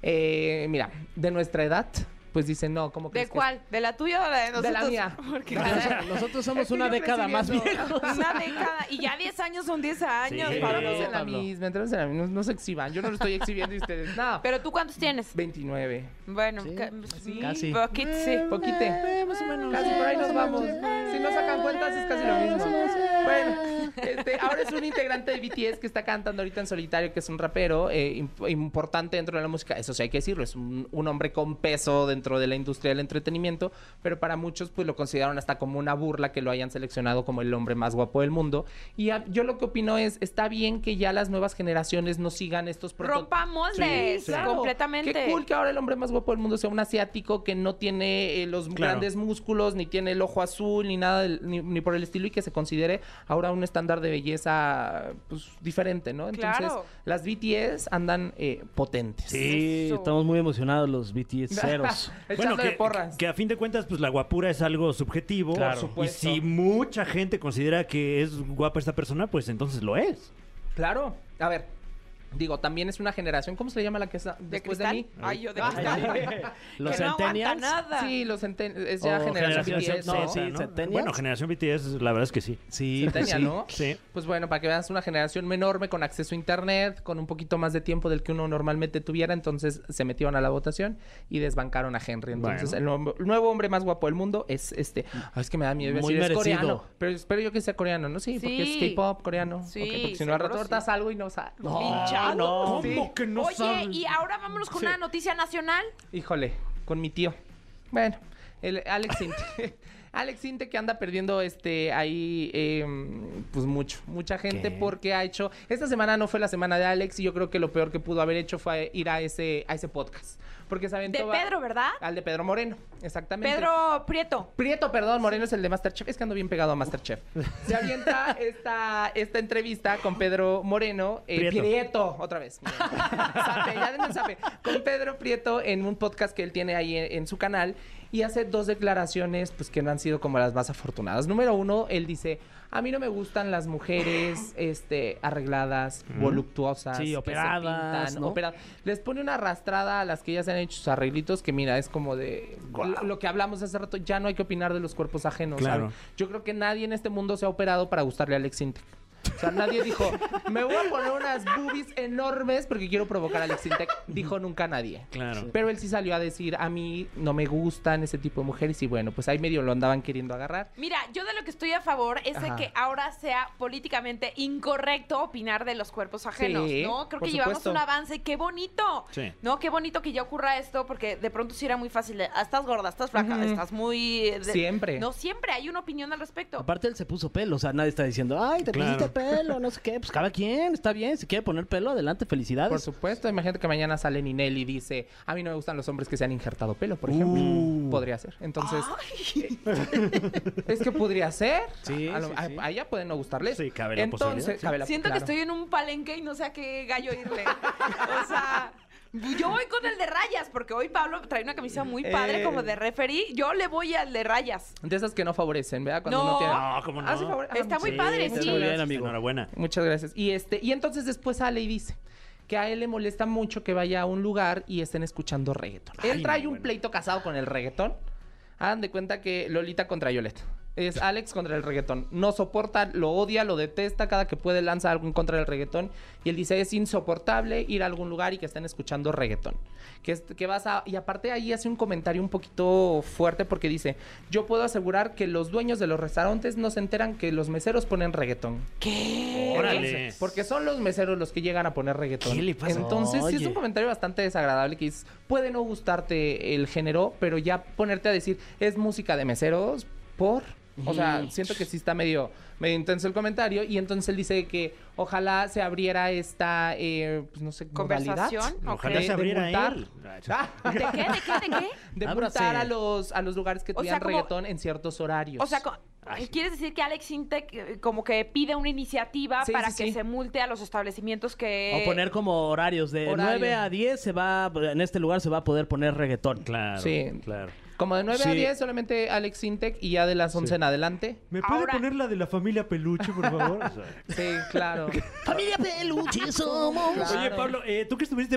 mira, de nuestra edad, pues dicen, no, ¿cómo ¿De crees que cuál? ¿De la tuya o de nosotros? De la mía. Porque Nosotros somos Es que una yo década crecí más viendo- viejos. una década. Y ya 10 años son 10 años, Sí. Pablo. Entramos en la Pablo. misma, no se exhiban. Yo no lo estoy exhibiendo y ustedes, no. ¿Pero tú cuántos tienes? 29. Bueno, Sí. Casi. poquito, sí. Poquite. Más o menos. Casi por ahí nos vamos. Si no sacan cuentas es casi lo mismo. Bueno, ahora es un integrante de BTS que está cantando ahorita en solitario, que es un rapero importante dentro de la música. Eso sí hay que decirlo, es un hombre con peso dentro de la industria del entretenimiento, pero para muchos pues lo consideraron hasta como una burla que lo hayan seleccionado como el hombre más guapo del mundo. Y yo lo que opino es, está bien que ya las nuevas generaciones no sigan estos Rompa moldes, Claro. completamente. Qué cool que ahora el hombre más guapo del mundo sea un asiático que no tiene los grandes músculos, ni tiene el ojo azul, ni nada, ni por el estilo, y que se considere ahora un estándar de belleza pues diferente, ¿no? Entonces, Claro. las BTS andan potentes. Sí, Eso. estamos muy emocionados los BTS ceros. Bueno, Echándole porras. que a fin de cuentas, pues la guapura es algo subjetivo. Claro. Y supuesto. si mucha gente considera que es guapa esta persona, pues entonces lo es. Claro. A ver, digo, también es una generación, ¿cómo se le llama la que está ¿De después cristal? de mí? Ay, yo de Ay, cristal. Los que no aguanta Centennials. nada. Sí, es ya O generación generación BTS, Z, ¿no? sí, ¿no? Centennials. Bueno, generación BTS, la verdad es que sí. Sí, Centennial, sí. ¿no? Sí. Pues bueno, para que veas, una generación enorme con acceso a internet, con un poquito más de tiempo del que uno normalmente tuviera, entonces se metieron a la votación y desbancaron a Henry. Entonces, Bueno. el nuevo hombre más guapo del mundo es es que me da miedo iba a Muy decir, es merecido. coreano, pero espero yo que sea coreano, ¿no? Sí, porque Sí. es K-pop coreano. Sí, Ok, porque si no, al rato seguro ahorita sí. salgo y no salgo. Pinchado. no. Sí. ¿Cómo que no Oye, sabe? y ahora vámonos con una noticia nacional. Híjole, con mi tío. Bueno, el Alex Intec. Alex Intec que anda perdiendo ahí pues mucha gente ¿Qué? porque ha hecho... Esta semana no fue la semana de Alex y yo creo que lo peor que pudo haber hecho fue ir a ese podcast. Porque se aventó... De Pedro, ¿verdad? Al de Pedro Moreno, exactamente. Pedro Prieto. Prieto, perdón, Moreno es el de Masterchef. Es que ando bien pegado a Masterchef. Se avienta esta entrevista con Pedro Moreno. Prieto, otra vez. Zape, ya denme un zape. Con Pedro Prieto en un podcast que él tiene ahí en su canal. Y hace dos declaraciones pues que no han sido como las más afortunadas. Número uno, él dice... A mí no me gustan las mujeres arregladas, voluptuosas, Sí, que se operadas, pintan, ¿no? operadas. Les pone una arrastrada a las que ya se han hecho sus arreglitos que mira, es como de lo que hablamos hace rato, ya no hay que opinar de los cuerpos ajenos. Claro. ¿saben? Yo creo que nadie en este mundo se ha operado para gustarle a Alex Intec. O sea, nadie dijo, me voy a poner unas boobies enormes porque quiero provocar a Alex Intec. Dijo nunca nadie. Claro. Pero él sí salió a decir, a mí no me gustan ese tipo de mujeres y bueno, pues ahí medio lo andaban queriendo agarrar. Mira, yo de lo que estoy a favor es de Ajá. que ahora sea políticamente incorrecto opinar de los cuerpos ajenos, Sí, ¿no? Creo por que llevamos supuesto. un avance. ¡Qué bonito! Sí. ¿No? Qué bonito que ya ocurra esto, porque de pronto sí era muy fácil. Estás gorda, estás flaca, estás muy... Siempre. No, siempre hay una opinión al respecto. Aparte él se puso pelo, o sea, nadie está diciendo, ay, te Claro. pusiste pelo, no sé qué. Pues cada quien, está bien, si quiere poner pelo, adelante, felicidades. Por supuesto, imagínate que mañana sale Ninel y dice, a mí no me gustan los hombres que se han injertado pelo, por ejemplo. Podría ser. Entonces, es que podría ser. Sí, sí, sí. A ella puede no gustarles. Sí, cabe la Entonces, posibilidad, sí. cabe la- Siento claro. que estoy en un palenque y no sé a qué gallo irle. O sea, Yo voy con el de rayas, porque hoy Pablo trae una camisa muy padre como de referee. Yo le voy al de rayas. De esas que no favorecen, ¿verdad? Cuando No. uno tiene... No, ¿cómo no? Sí, Está muy padre, Muy sí. bien, amigo. Enhorabuena. Muchas gracias. Y entonces después sale y dice que a él le molesta mucho que vaya a un lugar y estén escuchando reggaetón. Él trae un pleito casado con el reggaetón. Hagan de cuenta que Lolita contra Yolette. Es Alex contra el reggaetón. No soporta, lo odia, lo detesta. Cada que puede lanza algo en contra del reggaetón. Y él dice, es insoportable ir a algún lugar y que estén escuchando reggaetón. Que vas a... Y aparte ahí hace un comentario un poquito fuerte porque dice, yo puedo asegurar que los dueños de los restaurantes no se enteran que los meseros ponen reggaetón. ¿Qué? Órale. Porque son los meseros los que llegan a poner reggaetón. ¿Qué le pasa? Entonces, sí es Oye. un comentario bastante desagradable que dices, puede no gustarte el género, pero ya ponerte a decir, es música de meseros, por... O sea, siento que sí está medio intenso el comentario. Y entonces él dice que ojalá se abriera esta, pues no sé, ¿Conversación? modalidad. Ojalá de se abriera multar. él. ¿De qué? De Ábrase. multar a los lugares que O sea, tuvieran como- reggaetón en ciertos horarios. O sea, ¿quieres decir que Alex Intec como que pide una iniciativa Sí, para sí, que sí. se multe a los establecimientos que... O poner como horarios de Horario. 9 a 10 se va, en este lugar se va a poder poner reggaetón. Claro, Sí. claro. como de 9 a Sí. 10 solamente Alex Sintek y ya de las 11 en adelante. ¿Me puede Ahora- poner la de la familia Peluche, por favor? Sí, claro. Familia Peluche somos. Claro. Oye, Pablo, tú que estuviste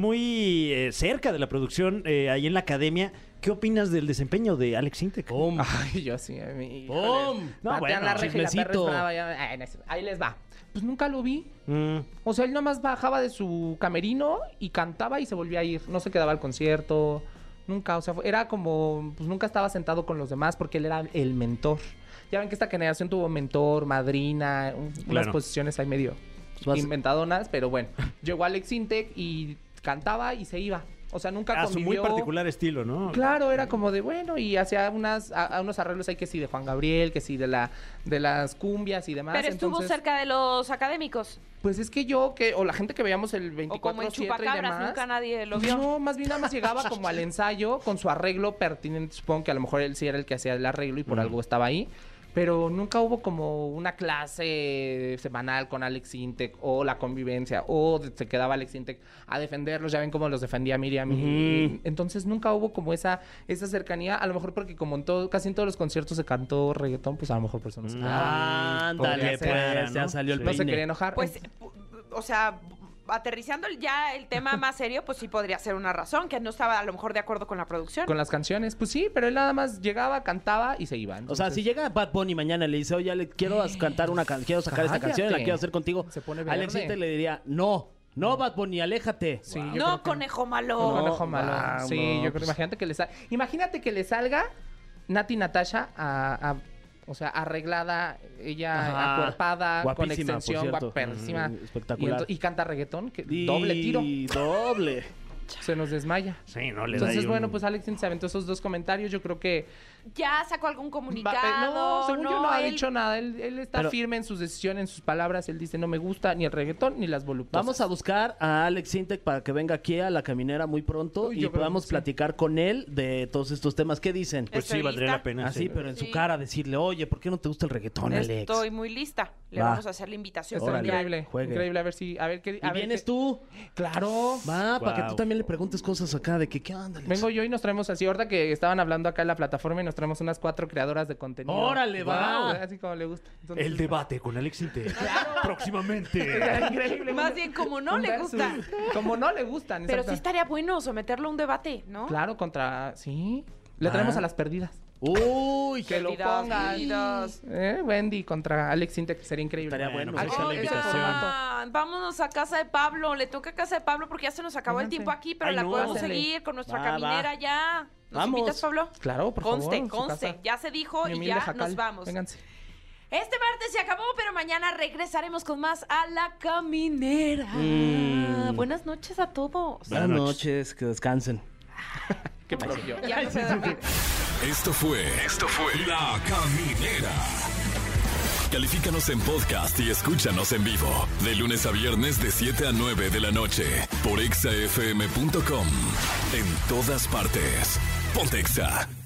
muy cerca de la producción ahí en la academia, ¿qué opinas del desempeño de Alex Sintek? ¡Pum! Ay, yo sí, a mí. ¡Pum! No, Patean bueno, la reja y la perra chismecito. es brava, ya- ay, no es- ahí les va. Pues nunca lo vi. Mm, O sea, él nomás bajaba de su camerino y cantaba y se volvía a ir. No se quedaba al concierto. Nunca, o sea, era como... Pues nunca estaba sentado con los demás porque él era el mentor. Ya ven que esta generación tuvo mentor, madrina, unas Claro. posiciones ahí medio Más- inventadonas. Pero bueno, llegó Alex Sintek y cantaba y se iba. O sea, nunca a su muy convivió... particular estilo, ¿no? Claro, era como de bueno y hacía unos arreglos ahí que sí de Juan Gabriel, que sí de las cumbias y demás. Pero estuvo Entonces, cerca de los académicos. pues es que o la gente que veíamos el 24/7 O como en y Chupacabras, demás, nunca nadie lo vio. no, más bien nada más llegaba como al ensayo con su arreglo pertinente. Supongo que a lo mejor él sí era el que hacía el arreglo y por algo estaba ahí. Pero nunca hubo como una clase semanal con Alex Sintek o la convivencia o se quedaba Alex Sintek a defenderlos. Ya ven cómo los defendía Miriam. Entonces nunca hubo como esa cercanía. A lo mejor porque como casi en todos los conciertos se cantó reggaetón, pues a lo mejor por eso no se quedaba. Ándale, Podría ser, pues, ¿no? ya salió el Sí. No se peine. quería enojar. Pues, o sea, aterrizando ya el tema más serio, pues sí podría ser una razón, que no estaba a lo mejor de acuerdo con la producción. Con las canciones, pues sí, pero él nada más llegaba, cantaba y se iba. O sea, Entonces, si llega Bad Bunny mañana y le dice, oye, quiero cantar quiero sacar esta Cállate. canción y la quiero hacer contigo, Se pone Alex verde. Sintek le diría, no, Bad Bunny, aléjate. Sí, yo No, creo que- conejo malo. Un No, conejo malo. vamos. Sí, yo creo. Imagínate que le salga Nati Natasha o sea, arreglada, ella Ajá. acuerpada, con Guapísima, por extensión, cierto. guapísima. Espectacular. Y canta reggaetón, que doble tiro. Doble. Se nos desmaya. Sí, no le da Entonces, ahí un- bueno, pues Alex se aventó esos dos comentarios. Yo creo que... Ya sacó algún comunicado. no, según yo no ha él- dicho nada. Él está Pero- firme en sus decisiones, en sus palabras. Él dice, no me gusta ni el reggaetón ni las voluptuosas. Vamos a buscar a Alex Sintek para que venga aquí a la caminera muy pronto Uy, y yo creo podamos que sí. platicar con él de todos estos temas. ¿Qué dicen? Pues sí, Estoy valdría lista. la pena. Así, sí. pero en su Sí. cara decirle, oye, ¿por qué no te gusta el reggaetón, Alex? Estoy muy lista. Le Va. vamos a hacer la invitación. Está Órale. increíble. Juegue. Increíble. A ver qué... ¿Y vienes tú? Claro. Va, para que tú Guau. también le preguntes cosas acá de que, ¿qué onda, Alex? Vengo yo y nos traemos así, ahorita que estaban hablando acá en la plataforma y nos traemos unas 4 creadoras de contenido. ¡Órale, va! Así como le gusta. Entonces, El debate con Alex Sintek. Próximamente. increíble. Más bien, como no Un le versus. gusta. Como no le gustan. Pero exacto. sí estaría bueno someterlo a un debate, ¿no? Claro, contra... Sí. Le traemos Ah. a las perdidas. Uy, Que lo Perdidas, pongan. perdidas. Wendy contra Alex Sintek sería increíble. Estaría bueno, pues, Aquí esa es la ese invitación. formato. Vámonos a casa de Pablo. Le toca a casa de Pablo porque ya se nos acabó el Vénganse. tiempo aquí, pero Ay, la no. podemos Pásenle. seguir con nuestra Va, caminera ya. ¿Nos Vamos. invitas, Pablo? Claro, por Conste, favor. en su conste. casa. Ya se dijo Mi y humilde ya jacal. nos vamos. Vénganse. Este martes se acabó, pero mañana regresaremos con más a la caminera. Buenas noches a todos. buenas Buenas noches, que descansen. ¿Qué pasó yo? Ya no sé dormir. Esto fue La Caminera. Califícanos en podcast y escúchanos en vivo de lunes a viernes de 7 a 9 de la noche por exafm.com. En todas partes. Ponte Exa.